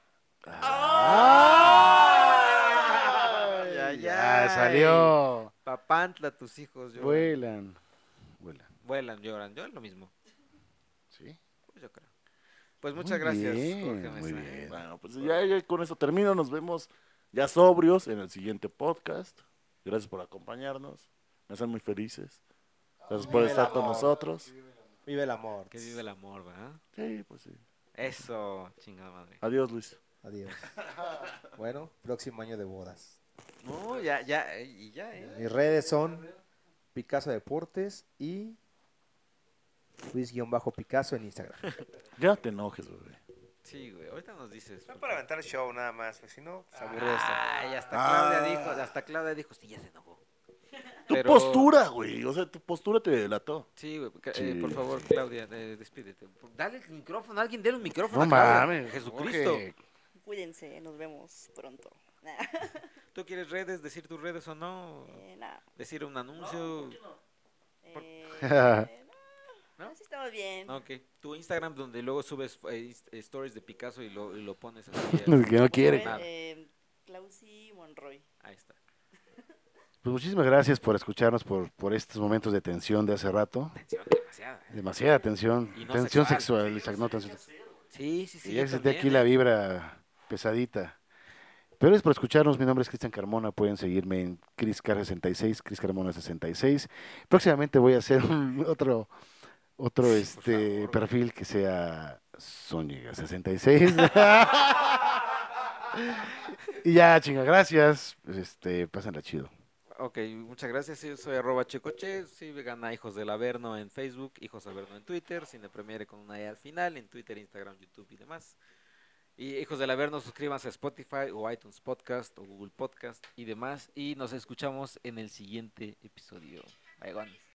¡Ah! Ay, ay, Ya ay. salió. Papantla, tus hijos lloran. Vuelan. Vuelan. Vuelan, lloran. Yo lo mismo. Sí. Pues yo creo. Pues muchas Muy gracias, bien, Jorge muy Mesa, ¿eh? bien. Bueno, pues ya, ya con eso termino. Nos vemos ya sobrios en el siguiente podcast. Gracias por acompañarnos. Me hacen muy felices. Gracias por Vive el estar con amor. nosotros. Vive el amor. Que vive el amor, ¿verdad? Sí, pues sí. Eso, chingada madre. Adiós, Luis. Adiós. Bueno, próximo año de bodas. No, ya, ya, eh, y ya, ¿eh? Mis redes son Picasso Deportes y Luis-Picasso en Instagram. Ya te enojes, bebé. Sí, güey, ahorita nos dices. No por para favor. aventar el show nada más, pues, si no, se aburre esto. Ay, hasta Ah. Claudia dijo, hasta Claudia dijo, sí, ya se enojó. Tu Pero- postura, güey. O sea, tu postura te delató. Sí, güey, ca- Sí. eh, por favor, Claudia, eh, despídete. Dale el micrófono, alguien dele un micrófono No a Claudia. mames. Jesucristo. Jorge. Cuídense, nos vemos pronto. Nah, ¿Tú quieres redes, decir tus redes o no? eh, nah, Decir un anuncio. eh, ¿No? Así estamos bien. Ok, tu Instagram donde luego subes eh, inst- eh, stories de Picasso y lo, y lo pones así. Es que no quiere. Nada. Eh, Clausi Monroy. Ahí está. Pues muchísimas gracias por escucharnos, por, por estos momentos de tensión de hace rato. Tensión demasiada. ¿eh? Demasiada tensión. Y no tensión sexual. sexual. exacto, no tensión sexual. Sí, sí, sí. Y ya yo se también, aquí la ¿eh? vibra pesadita. Pero gracias por escucharnos. Mi nombre es Cristian Carmona. Pueden seguirme en CrisCar sesenta y seis, Cris Carmona sesenta y seis. Próximamente voy a hacer un, otro otro este favor. perfil que sea Zúñiga sesenta y seis. Y ya, chinga, gracias. Pues, Este, pásenla chido. Ok, muchas gracias. Yo soy arroba checoche. Sigan a Hijos del Averno en Facebook, Hijos Averno en Twitter, Cine Premiere con una E al final, en Twitter, Instagram, YouTube y demás. Y Hijos del Averno, suscríbanse a Spotify o iTunes Podcast o Google Podcast y demás. Y nos escuchamos en el siguiente episodio. Bye,